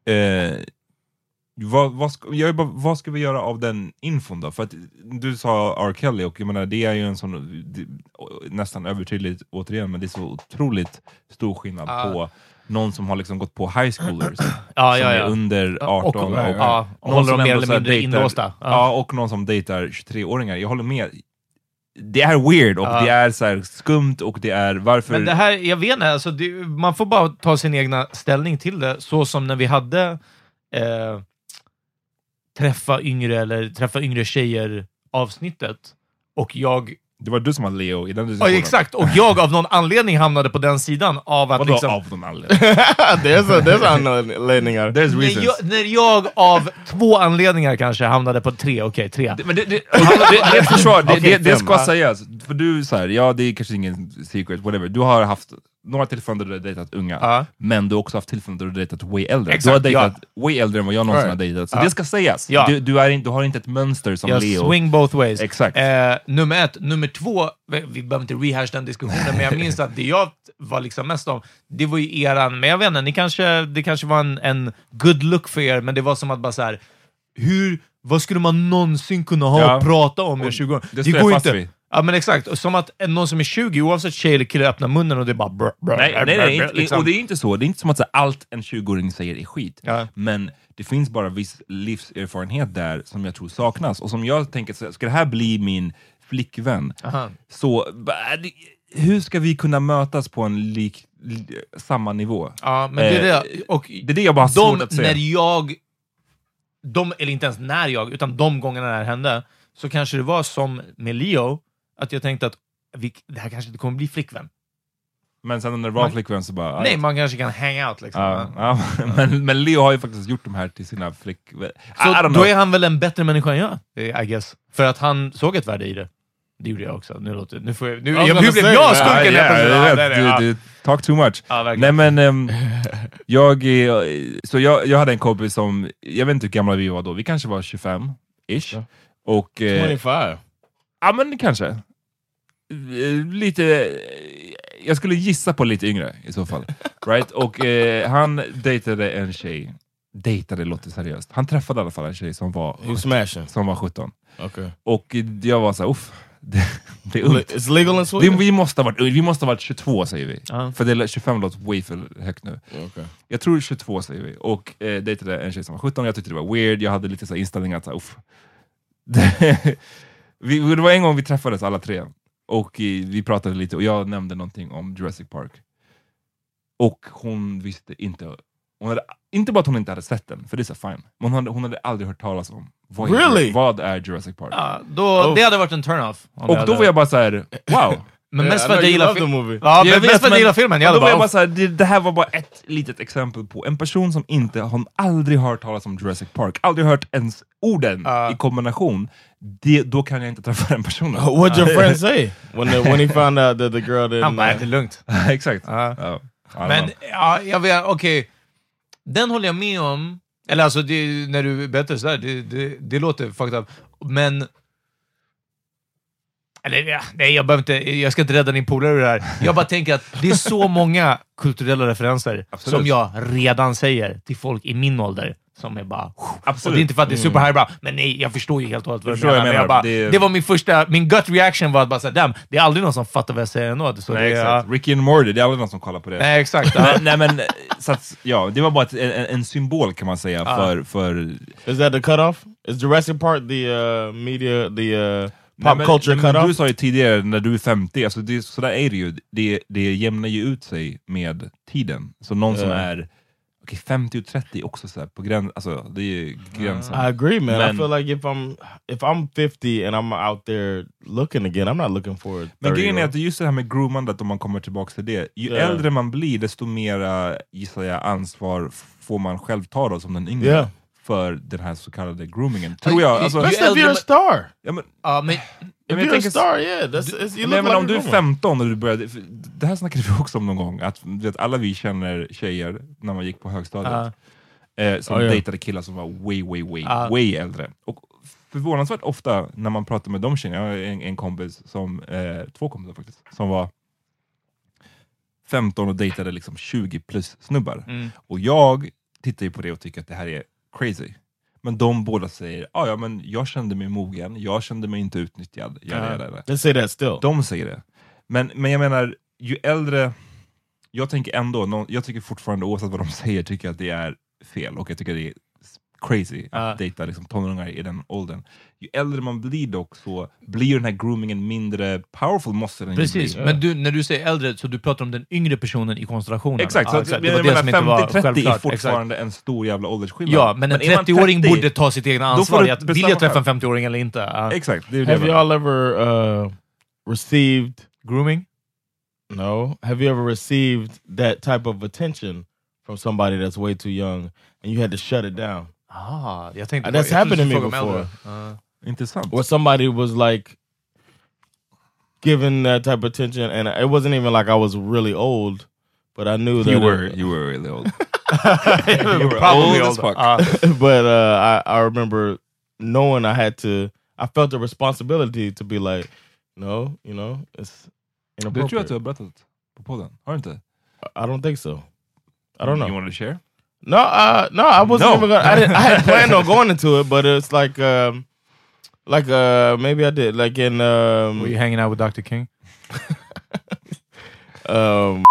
Vad ska vi göra av den infon då? För att du sa R. Kelly och jag menar, det är ju en sån nästan övertydligt återigen, men det är så otroligt stor skillnad på någon som har liksom gått på high schoolers som är under 18 och håller de mer eller mindre inlåsta. Och någon som dejtar 23-åringar. Jag håller med. Det är weird och det är så här skumt och det är varför... Men det här, jag vet inte, alltså man får bara ta sin egna ställning till det, så som när vi hade träffa yngre tjejer avsnittet och det var du som var Leo i den diskussionen. Ja, exakt. Och jag av någon anledning hamnade på den sidan av att vadå liksom... av någon anledning? There's anledningar. There's reasons. När jag av 2 anledningar kanske hamnade på 3. Okej, 3. Men det ska sägas. För du så här, det är kanske ingen secret, whatever. Du har haft några tillfällen där du har dejtat unga, men du har också haft tillfällen där du har dejtat way äldre. Exakt, du har dejtat way äldre än vad jag någonsin har dejtat. Så det ska sägas. Du har inte ett mönster som Leo. Swing both ways. Exakt. Nummer 1. Nummer 2, vi behöver inte rehash den diskussionen, men jag minns att det jag var liksom mest om, det var ju eran, men jag vet inte, det kanske var en good look för er, men det var som att bara så här, vad skulle man någonsin kunna ha att prata om i 20 år? Det går inte. Vid. Ja, men exakt. Som att någon som är 20, oavsett tjej eller kille, öppnar munnen och det är bara... Nej, liksom. Och det är inte så. Det är inte som att så, allt en 20-åring säger är skit. Ja. Men det finns bara viss livserfarenhet där som jag tror saknas. Och som jag tänker, ska det här bli min flickvän? Så hur ska vi kunna mötas på en samma nivå? Ja, men det är det. Och det är det jag bara har svårt att säga. Eller inte ens när jag, utan de gångerna det här hände, så kanske det var som med Leo, att jag tänkte att det här kanske inte kommer bli flickvän. Men sen när det var flickvän så bara... Nej, man kanske kan hang out liksom. Men Leo har ju faktiskt gjort de här till sina flickvänner. Så då är han väl en bättre människa än jag, I guess. För att han såg ett värde i det. Det gjorde jag också. Nu blev jag skurken. Talk too much. Nej, men jag hade en kompis som, jag vet inte hur gamla vi var då. Vi kanske var 25-ish. Och 25. Ja, men kanske lite, jag skulle gissa på lite yngre i så fall. Right? Och han dejtade en tjej. Dejtade låter seriöst. Han träffade i alla fall en tjej som var 17. Okay. Och jag var så här, det är ungt. It's legal in Sweden? Vi måste ha varit 22 säger vi. För 25 låter way för högt nu. Okay. Jag tror 22 säger vi. Och dejtade en tjej som var 17. Jag tyckte det var weird. Jag hade lite så inställningar att det var en gång vi träffades alla 3. Och vi pratade lite och jag nämnde någonting om Jurassic Park. Och hon visste inte. Inte bara att hon inte hade sett den, för det är så fine. Men hon hade aldrig hört talas om vad är Jurassic Park. Det hade varit en turn-off. Och då var jag bara så här, wow. Men mest för att jag gillar filmen. Ja, mest för att jag gillar filmen. Då var jag bara så här, det här var bara ett litet exempel på en person som hon aldrig hört talas om Jurassic Park. Aldrig hört ens orden i kombination. Då kan jag inte träffa den personen. What'd your friend say? When he found out that the girl didn't... Han bara, det är lugnt. Exakt. Men, jag vet, okej. Den håller jag med om. Eller alltså, när du berättar sådär, det låter fucked up. Men... Nej, jag ska inte rädda din polare det här. Jag bara tänker att det är så många kulturella referenser som jag redan säger till folk i min ålder. Som är bara... Absolut. Och det är inte för att det är super highbrow. Men nej, jag förstår ju helt och hållet vad du menar. Det var min gut reaction var att bara säga, det är aldrig någon som fattar vad jag säger ändå. Så nej, exakt. Ricky and Morty, det är aldrig någon som kollar på det. Nej, exakt. men så att, det var bara en symbol kan man säga för... Is that the cutoff? Is Jurassic Park the media, the... Pop culture cut off? Du sa ju tidigare, när du är 50, alltså så där är det ju. Det jämnar ju ut sig med tiden. Så någon som är 50 och 30 också så här, på alltså det är ju gränsen. I agree, man. I feel like if I'm 50 and I'm out there looking again, I'm not looking forward. Men grejen är att just det här med groomandet, om man kommer tillbaka till det. Ju äldre man blir, desto mera ansvar får man själv ta då, som den yngre. För den här så kallade groomingen. Tror jag. Alltså, especially if you're a star. Ja, men, you're a star, yeah. Men om du är 15 och du började... Det här snackade vi också om någon gång. Att alla vi känner tjejer när man gick på högstadiet. Som dejtade killar som var way äldre. Och förvånansvärt ofta när man pratar med de tjejerna. Jag har en kompis som... 2 kompisar faktiskt. Som var 15 och dejtade liksom 20 plus snubbar. Och jag tittar ju på det och tycker att det här är crazy. Men de båda säger, ja men jag kände mig mogen, jag kände mig inte utnyttjad. They say that still. De säger det. Men jag menar, ju äldre, jag tänker ändå, jag tycker fortfarande oavsett vad de säger, tycker att det är fel. Och jag tycker det är crazy att dejta liksom, tonåringar i den åldern. Ju äldre man blir dock så blir den här groomingen mindre powerful, måste den. Precis, men när du säger äldre så du pratar om den yngre personen i konstellationen. Exakt, så exakt. Jag menar 50-30 är fortfarande en stor jävla åldersskillnad. Ja, men en 30-åring borde ta sitt egna ansvar. Vill jag träffa en 50-åring eller inte? Exakt. Have you all ever received grooming? No. Have you ever received that type of attention from somebody that's way too young and you had to shut it down? Jag tänkte that's happened to me before. Intressant. Where somebody was like given that type of attention, and it wasn't even like I was really old, but I knew that you were really old. You were probably old as fuck. But I remember knowing I felt the responsibility to be like, no, you know, it's inappropriate. Det tror jag att du har berättat på podden. Har du inte? I don't think so. I don't know. You want to share? No, I wasn't even gonna. I hadn't planned on going into it, but it's like maybe I did. Like in were you hanging out with Dr. King? Oh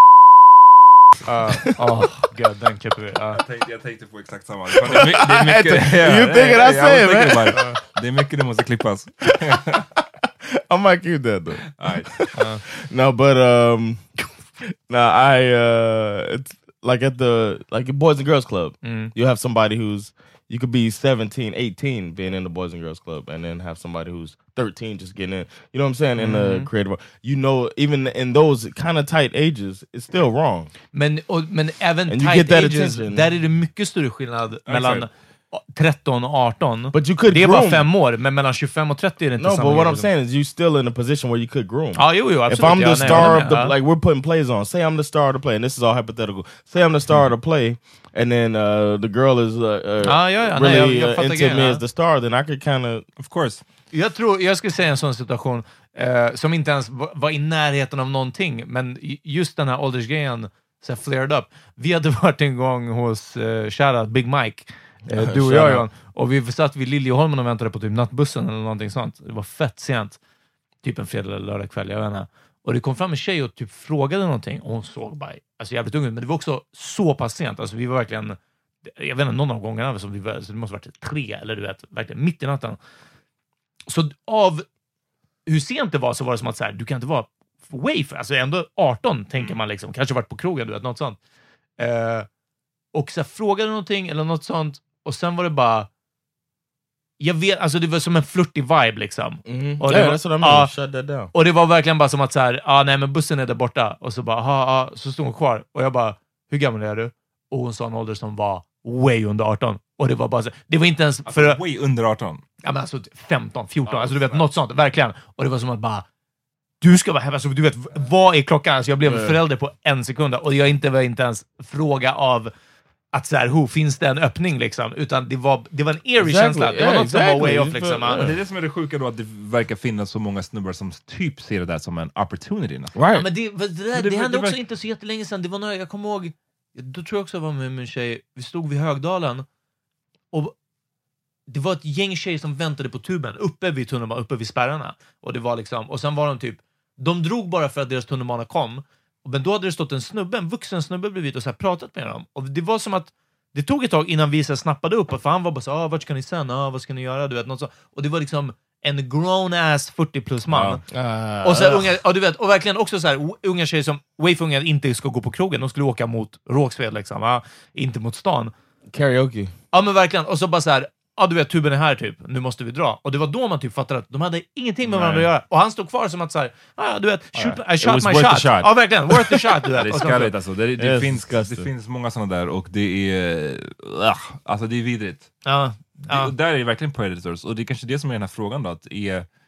god, den klipper vi. Jag tänkte på exakt samma. Det är mycket. You think I say it, man? Det är mycket det måste klippas. I might keep that though. All right. No, but it's like at the Boys and Girls Club. You have somebody you could be 17, 18 being in the Boys and Girls Club, and then have somebody who's 13 just getting in. You know what I'm saying? In the creative, you know, even in those kind of tight ages, it's still wrong. Men även and tight ages, där är det mycket större skillnad mellan 13 och 18. But you could det är groom. bara 5 år, men mellan 25 och 30 är det inte samma. No, but what I'm saying is you're still in a position where you could groom. Jo, absolutely. If I'm the star of the, like we're putting plays on, say I'm the star of the play, and this is all hypothetical. Say I'm the star of the play, and then the girl is really into me as the star, then I could kind of course. Jag skulle säga en sån situation som inte ens var i närheten av någonting, men just den här åldersgrejen så flared up. Vi hade varit en gång hos shoutout Big Mike, du och jag, John, och vi satt vid Liljeholmen och väntade på typ nattbussen eller någonting sånt. Det var fett sent, typ en fredag eller lördag kväll, jag vet inte. Och det kom fram en tjej och typ frågade någonting, och hon såg bara jävligt ung ut, men det var också så pass sent, alltså vi var verkligen, jag vet inte, någon av gångerna som vi var, så det måste ha varit 3 eller du vet, verkligen mitt i natten. Så av hur sent det var så var det som att så här, du kan inte vara way för, alltså ändå 18 tänker man liksom, kanske varit på krogen, du vet, något sånt. Och så här, frågade någonting eller något sånt, och sen var det bara, jag vet, alltså det var som en flirtig vibe liksom. Och det var, shut that down. Och det var verkligen bara som att så här, nej men bussen är där borta, och så bara, så stod hon kvar, och jag bara, hur gammal är du? Och hon sa en ålder som var way under 18. Och det var bara så, det var inte ens för alltså, way under 18. Ja, men alltså 15, 14, alltså du vet, något sånt, verkligen. Och det var som att bara, du ska vara här, alltså du vet, vad är klockan? Alltså jag blev förälder på 1 sekund, och jag var inte ens fråga av att så här, finns det en öppning liksom, utan det var en eerie känsla. Det var något som var way off liksom. Det är det som är det sjuka då, att det verkar finnas så många snubbar som typ ser det där som en opportunity. Right. Ja, men det hände också inte så jättelänge sedan. Det var några, jag kommer ihåg, då tror jag också jag var med min tjej, vi stod vid Högdalen, och det var ett gäng tjejer som väntade på tuben uppe vid tunnelbanan, uppe vid spärrarna, och det var liksom, och sen var de typ, de drog bara för att deras tunnelbana kom, men då hade det stått en vuxen snubbe bredvid och så här pratat med dem, och det var som att det tog ett tag innan vi så snappade upp, för han var bara så, vart ska ni sen, vad ska ni göra, du vet, något så, och det var liksom en grown ass 40 plus man. Och så unga, du vet, och verkligen också så här unga tjejer som way för unga inte ska gå på krogen, de skulle åka mot Rågsved liksom, inte mot stan. Karaoke. Ja men verkligen, och så bara så här, du vet, tuben är här typ, nu måste vi dra. Och det var då man typ fattade att de hade ingenting med varandra att göra. Och han stod kvar som att så här, du vet, I shot my shot. Ja verkligen, worth the shot. Du vet. Det är skalligt alltså. Det finns många sådana där, och det är alltså det är vidrigt. Ja. Och där är det verkligen predators, och det är kanske det som är den här frågan då, att är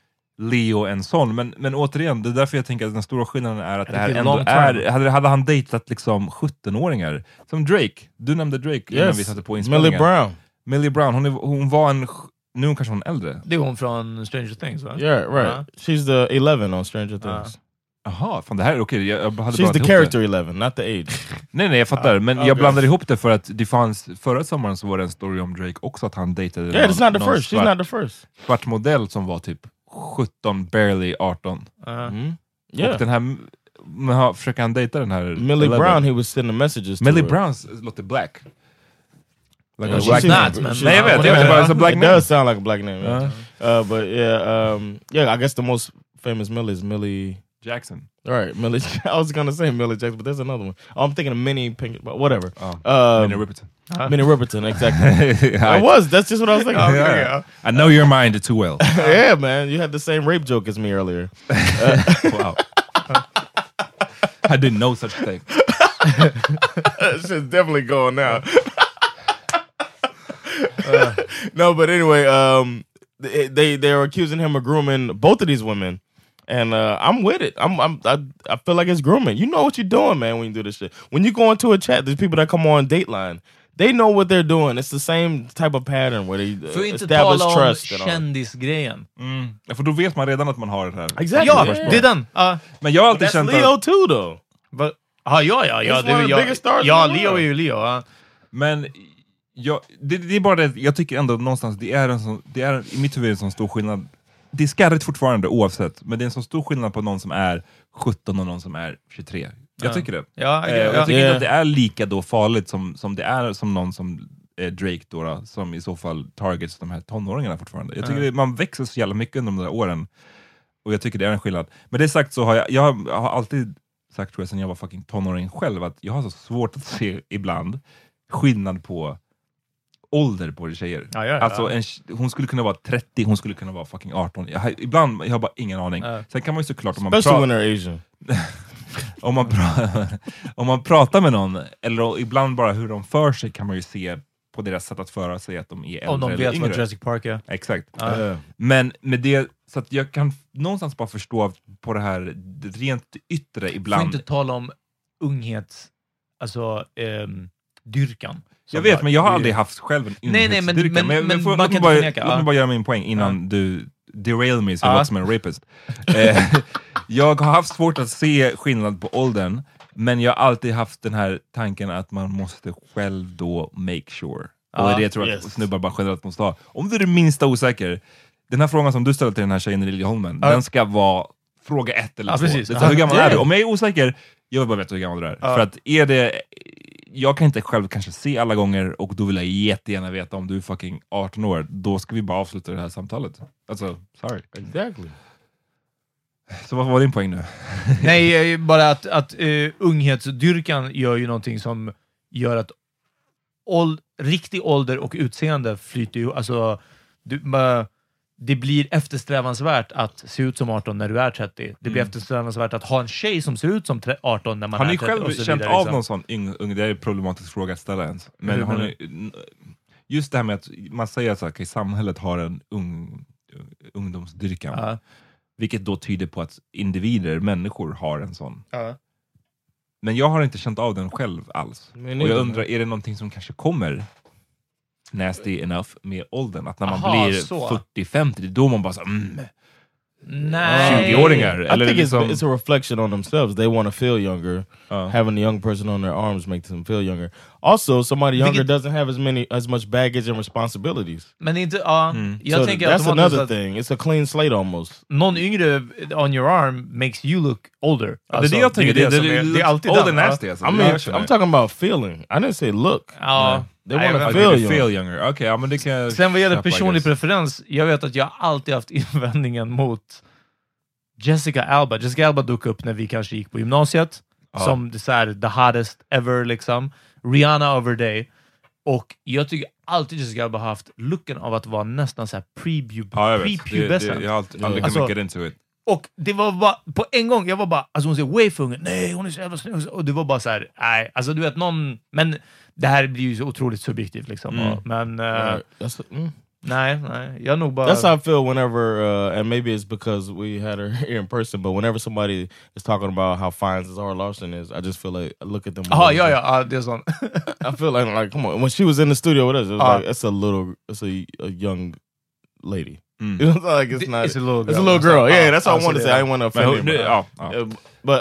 Leo en sån. Men återigen, det är därför jag tänker att den stora skillnaden är att det här ändå är... Hade han dejtat liksom 17-åringar? Som Drake. Du nämnde Drake innan vi satte på inspelningen. Millie Brown. Hon var en... Nu kanske hon är äldre. Det är hon från Stranger Things, va? Yeah, right. She's the 11 on Stranger Things. Jaha, fan det här är okej. She's the character 11, not the age. Nej, jag fattar. Men jag blandade ihop det för att det fanns... Förra sommaren så var det en story om Drake också, att han dejtade it's not the first. She's not the first. Svart modell som var typ 17, barely 18. Och den här... Försöker han dejta den här... Millie Brown, he was sending messages to Millie her. Brown låter black. Like she's not, man. Nej, jag vet. It's a black name. It does sound like a black name. But yeah, I guess the most famous Millie is Millie Jackson. All right, Millie. I was gonna say Millie Jackson, but there's another one. Oh, I'm thinking of Minnie Pink, but whatever. Minnie Riperton. Minnie Riperton, exactly. That's just what I was thinking. Yeah. I know your mind too well. Yeah, man. You had the same rape joke as me earlier. Wow. I didn't know such a thing. That shit's definitely going now. No, but anyway, they are accusing him of grooming both of these women. And I'm with it. I feel like it's grooming. You know what you're doing, man, when you do this shit. When you go into a chat, there's people that come on Dateline. They know what they're doing. It's the same type of pattern where they establish trust. För inte tala om kändisgrejen. För då vet man redan att man har det här. Exactly. Ja, det är den. Men jag har alltid känt Leo too, though. Ja. Leo är ju Leo. Men det är bara det, jag tycker ändå någonstans det är i mitt huvud en sån stor skillnad. Det är skarrigt fortfarande oavsett, men det är en så stor skillnad på någon som är 17 och någon som är 23. Jag tycker det. Jag tycker inte att det är lika då farligt som det är som någon som Drake då, som i så fall targets de här tonåringarna fortfarande. Jag tycker man växer så jävla mycket under de där åren. Och jag tycker det är en skillnad. Men det sagt så har jag har alltid sagt, tror jag, sen jag var fucking tonåring själv, att jag har så svårt att se ibland skillnad på ålder på tjejer. Alltså hon skulle kunna vara 30, hon skulle kunna vara fucking 18. Jag har bara ingen aning. Sen kan man ju såklart om man pratar med någon, eller ibland bara hur de för sig, kan man ju se på deras sätt att föra sig att de är äldre. Om de vet vad Jurassic Park är. Exakt. Men med det, så att jag kan någonstans bara förstå på det här rent yttre ibland. Får inte tala om unghets, alltså dyrkan. Jag vet, men jag har aldrig haft själv en unghetsdyrkan. Men låt mig bara göra min poäng innan du derail mig så jag låter som en rapist. Jag har haft svårt att se skillnad på åldern, men jag har alltid haft den här tanken att man måste själv då make sure. Och det tror jag att snubbar bara generellt måste ha. Om du är det minsta osäker, den här frågan som du ställde till den här tjejen i Liljeholmen, den ska vara fråga 1 eller 2. Precis. Hur gammal är du? Om jag är osäker, jag vill bara veta hur gammal du är. För att är det... Jag kan inte själv kanske se alla gånger, och då vill jag jättegärna veta om du är fucking 18 år. Då ska vi bara avsluta det här samtalet. Alltså, sorry. Exactly. Så vad var din poäng nu? Nej, bara att unghetsdyrkan gör ju någonting som gör att riktig ålder och utseende flyter ju. Alltså, det blir eftersträvansvärt att se ut som 18 när du är 30. Det blir eftersträvansvärt att ha en tjej som ser ut som 18 när man är 30. Har ni själv känt av någon sån ung? Det är en problematisk fråga att ställa ens. Men har ni, just det här med att man säger att okay, samhället har en ungdomsdyrkan. Vilket då tyder på att människor har en sån. Men jag har inte känt av den själv alls. Och jag undrar, är det någonting som kanske kommer nasty enough med åldern? Att när man blir 40-50, då man bara så 20-åringar. Eller I think it's a reflection on themselves. They want to feel younger. Having a young person on their arms makes them feel younger. Also, somebody younger doesn't have as much baggage and responsibilities. Men inte, jag so tänker that's another thing. It's a clean slate almost. Någon yngre on your arm makes you look older. Alltså, det är det jag tänker. Det är alltid older nasty. Alltså. I'm talking about feeling. I didn't say look. They want to feel younger. Okay, men det kan sen vad gäller personlig preferens, jag vet att jag alltid haft invändningen mot Jessica Alba. Jessica Alba dök upp när vi kanske gick på gymnasiet. Som det så här, the hottest ever liksom. Rihanna over day. Och jag tycker alltid Jessica Alba haft looken av att vara nästan så här pre-pubescent. Jag har aldrig kunnat get into it. Och det var bara, på en gång, jag var bara, alltså hon ser way för ung. Nej, hon är så jävla snygg. Och det var bara så här, nej, alltså du vet någon, men det här blir ju så otroligt subjektivt liksom. Men Nej. Jag nog bara... That's how I feel whenever, and maybe it's because we had her here in person, but whenever somebody is talking about how fine Zara Larsson is, I just feel like, I look at them. Ja, det är sånt. I feel like, come on. When she was in the studio with us, it was like, it's a young lady. You know, like it's a little girl. It's a little girl. Yeah, that's what I wanted to say. I didn't want to offend her. But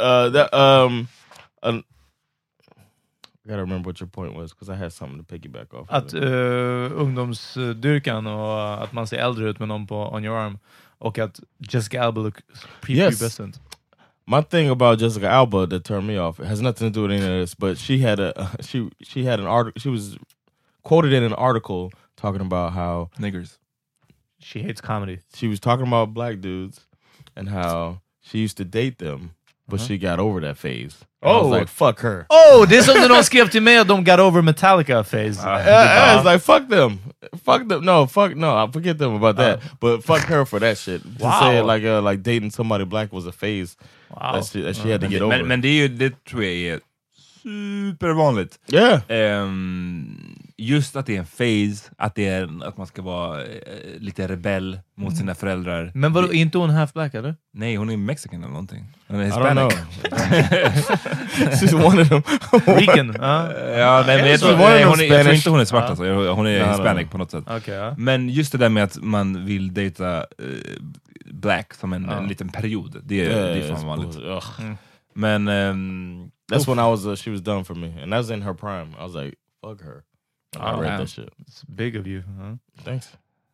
I gotta remember what your point was, because I had something to piggyback off. Att ungdomsdyrkan och att man ser äldre ut med någon på On Your Arm, och att Jessica Alba look prepubescent. My thing about Jessica Alba that turned me off, it has nothing to do with any of this, but she had an article. She was quoted in an article talking about how niggers. She hates comedy. She was talking about black dudes and how she used to date them, but she got over that phase. I was like, fuck her. Det är som när de skrev till mig att de got over Metallica phase. I was like, fuck them. No, forget them about that. But fuck her for that shit. To say it like dating somebody black was a phase that she had to get over. Men det tror jag är supervanligt. Yeah. Just att det är en phase, att man ska vara lite rebell mot sina föräldrar. Men vadå, inte hon half black eller? Nej, hon är mexican eller någonting. Hon är hispanic. I don't know. She's one of them. Rican. Ja, nej, men jag tror inte hon är svart alltså. Hon är hispanic på något sätt. Okay, Men just det där med att man vill dejta black som en liten period. Det är fan vanligt. Men that's when she was done for me, and that was in her prime. I was like, fuck her. I read that shit. It's big of you. Huh? Thanks.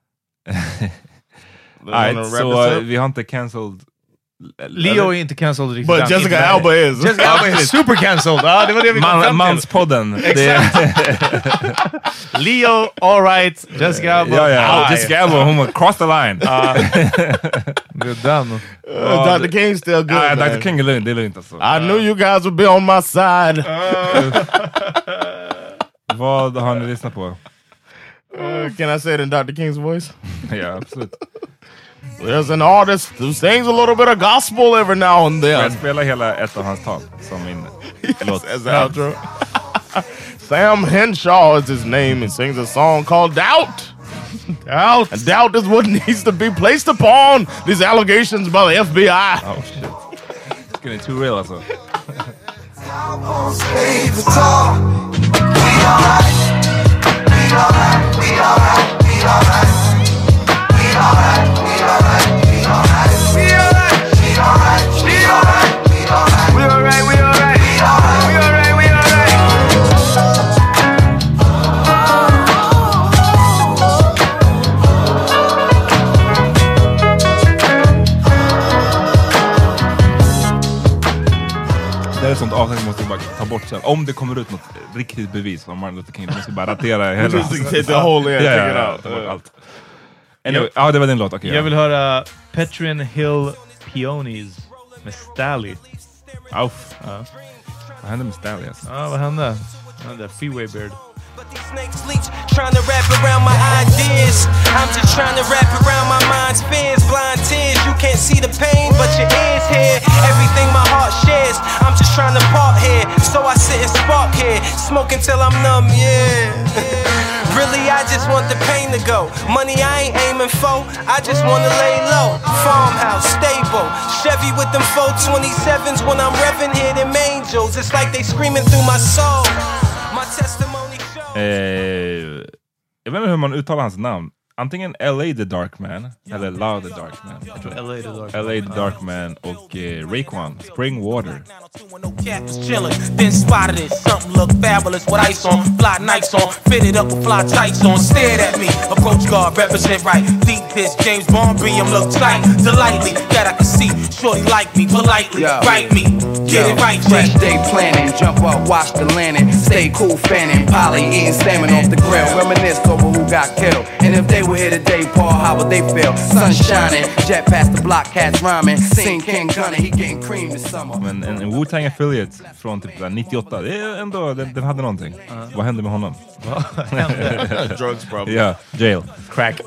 Så vi har inte cancelled. Leo är inte cancelled riktigt. But Jessica Alba is. Jessica Alba is super cancelled. Det var det vi kom fram till. Manspodden. Leo, all right. Jessica Alba. Ja. Jessica Alba, hon var cross the line. Good done. Dr. King's still good. Dr. King är lugnt, det är lugnt alltså. I knew you guys would be on my side. Vad har ni lyssnat på? Can I say it in Dr. King's voice? Ja, absolut. There's an artist who sings a little bit of gospel every now and then. Jag spelar hela ett av hans tal som min låt. As the outro. Sam Henshaw is his name and sings a song called Doubt. Doubt. And doubt is what needs to be placed upon these allegations by the FBI. Oh shit. It's getting too real also. Det är ett sånt avsnitt måste vi bara ta bort sen. Om det kommer ut något riktigt bevis om Martin Luther King, då måste vi bara ratera hela. Allt. Anyway, det var din låt. Okay, jag vill höra Petrian Hill Peonies med Stally. Vad hände med Stally? Vad hände? Freeway Bird. These snakes leech, trying to wrap around my ideas. I'm just trying to wrap around my mind's fears. Blind tears, you can't see the pain, but your ears hear everything my heart shares. I'm just trying to part here, so I sit and spark here, smoking till I'm numb, yeah. Really, I just want the pain to go. Money I ain't aiming for, I just wanna lay low. Farmhouse, stable, Chevy with them 427s. When I'm revving, hear them angels. It's like they screaming through my soul. My testimony. Jag vet inte hur man uttalar hans namn. Antingen LA the Dark Man eller La the Dark Man. Jag tror LA the Dark Man och Raekwon, Spring Water. Then spotted it, something looked fabulous with ice on, fly nights on, fitted up with fly tights on, stared at me, approach guard, represent right, deep this, James Bond BM look tight, delightly, that I can see, shorty like me, politely, write me, get it right, fresh day planning, jump up, watch the landing, stay cool fanning, Polly eating salmon off the grill, reminisce over who got killed, and if they were here today, Paul, how would they feel? Sun shining, jet past the block, cats rhyming, sing King Gunner, he getting cream this summer. Men en Wu-Tang affiliate från typ 98, det är ändå, den hade någonting. Vad hände med honom? Drugs probably. Ja, jail. Crack.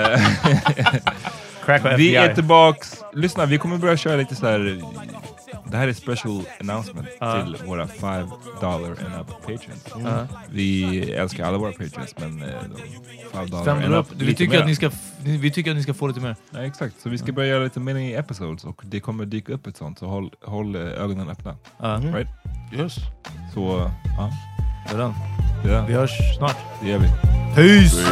Crack och vi är tillbaks. Lyssna, vi kommer börja köra lite så här det här är special announcement till våra $5 and up patrons. Vi älskar alla våra patrons, men $5 and up. Vi tycker att ni ska få lite mer. Ja, exakt. Så vi ska börja göra lite mini-episodes och det kommer dyka upp ett sånt. Så håll ögonen öppna. Right? Yes. Så, ja. Ja. Vi hörs snart. Det gör vi. Peace!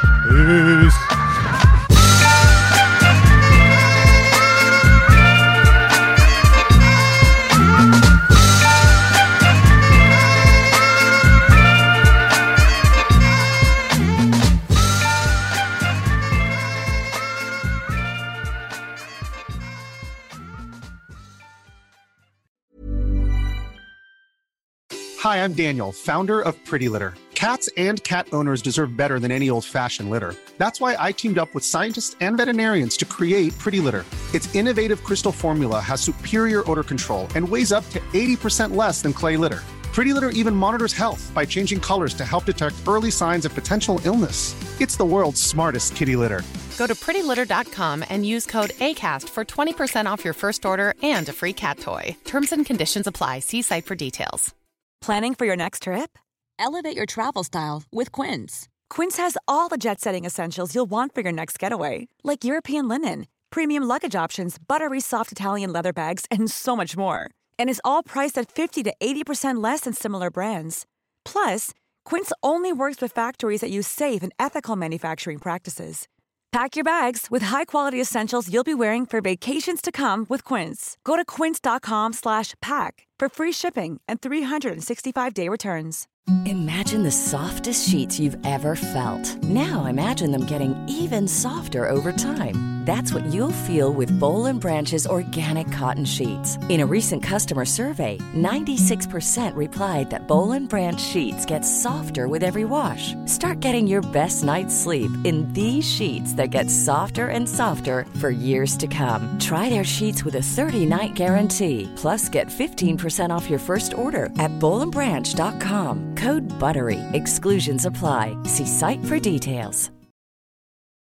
Hi, I'm Daniel, founder of Pretty Litter. Cats and cat owners deserve better than any old-fashioned litter. That's why I teamed up with scientists and veterinarians to create Pretty Litter. Its innovative crystal formula has superior odor control and weighs up to 80% less than clay litter. Pretty Litter even monitors health by changing colors to help detect early signs of potential illness. It's the world's smartest kitty litter. Go to prettylitter.com and use code ACAST for 20% off your first order and a free cat toy. Terms and conditions apply. See site for details. Planning for your next trip? Elevate your travel style with Quince. Quince has all the jet-setting essentials you'll want for your next getaway, like European linen, premium luggage options, buttery soft Italian leather bags, and so much more. And is all priced at 50 to 80% less than similar brands. Plus, Quince only works with factories that use safe and ethical manufacturing practices. Pack your bags with high-quality essentials you'll be wearing for vacations to come with Quince. Go to quince.com/pack for free shipping and 365-day returns. Imagine the softest sheets you've ever felt. Now imagine them getting even softer over time. That's what you'll feel with Boll & Branch's organic cotton sheets. In a recent customer survey, 96% replied that Boll & Branch sheets get softer with every wash. Start getting your best night's sleep in these sheets that get softer and softer for years to come. Try their sheets with a 30-night guarantee. Plus, get 15% off your first order at bollandbranch.com. Code BUTTERY. Exclusions apply. See site for details.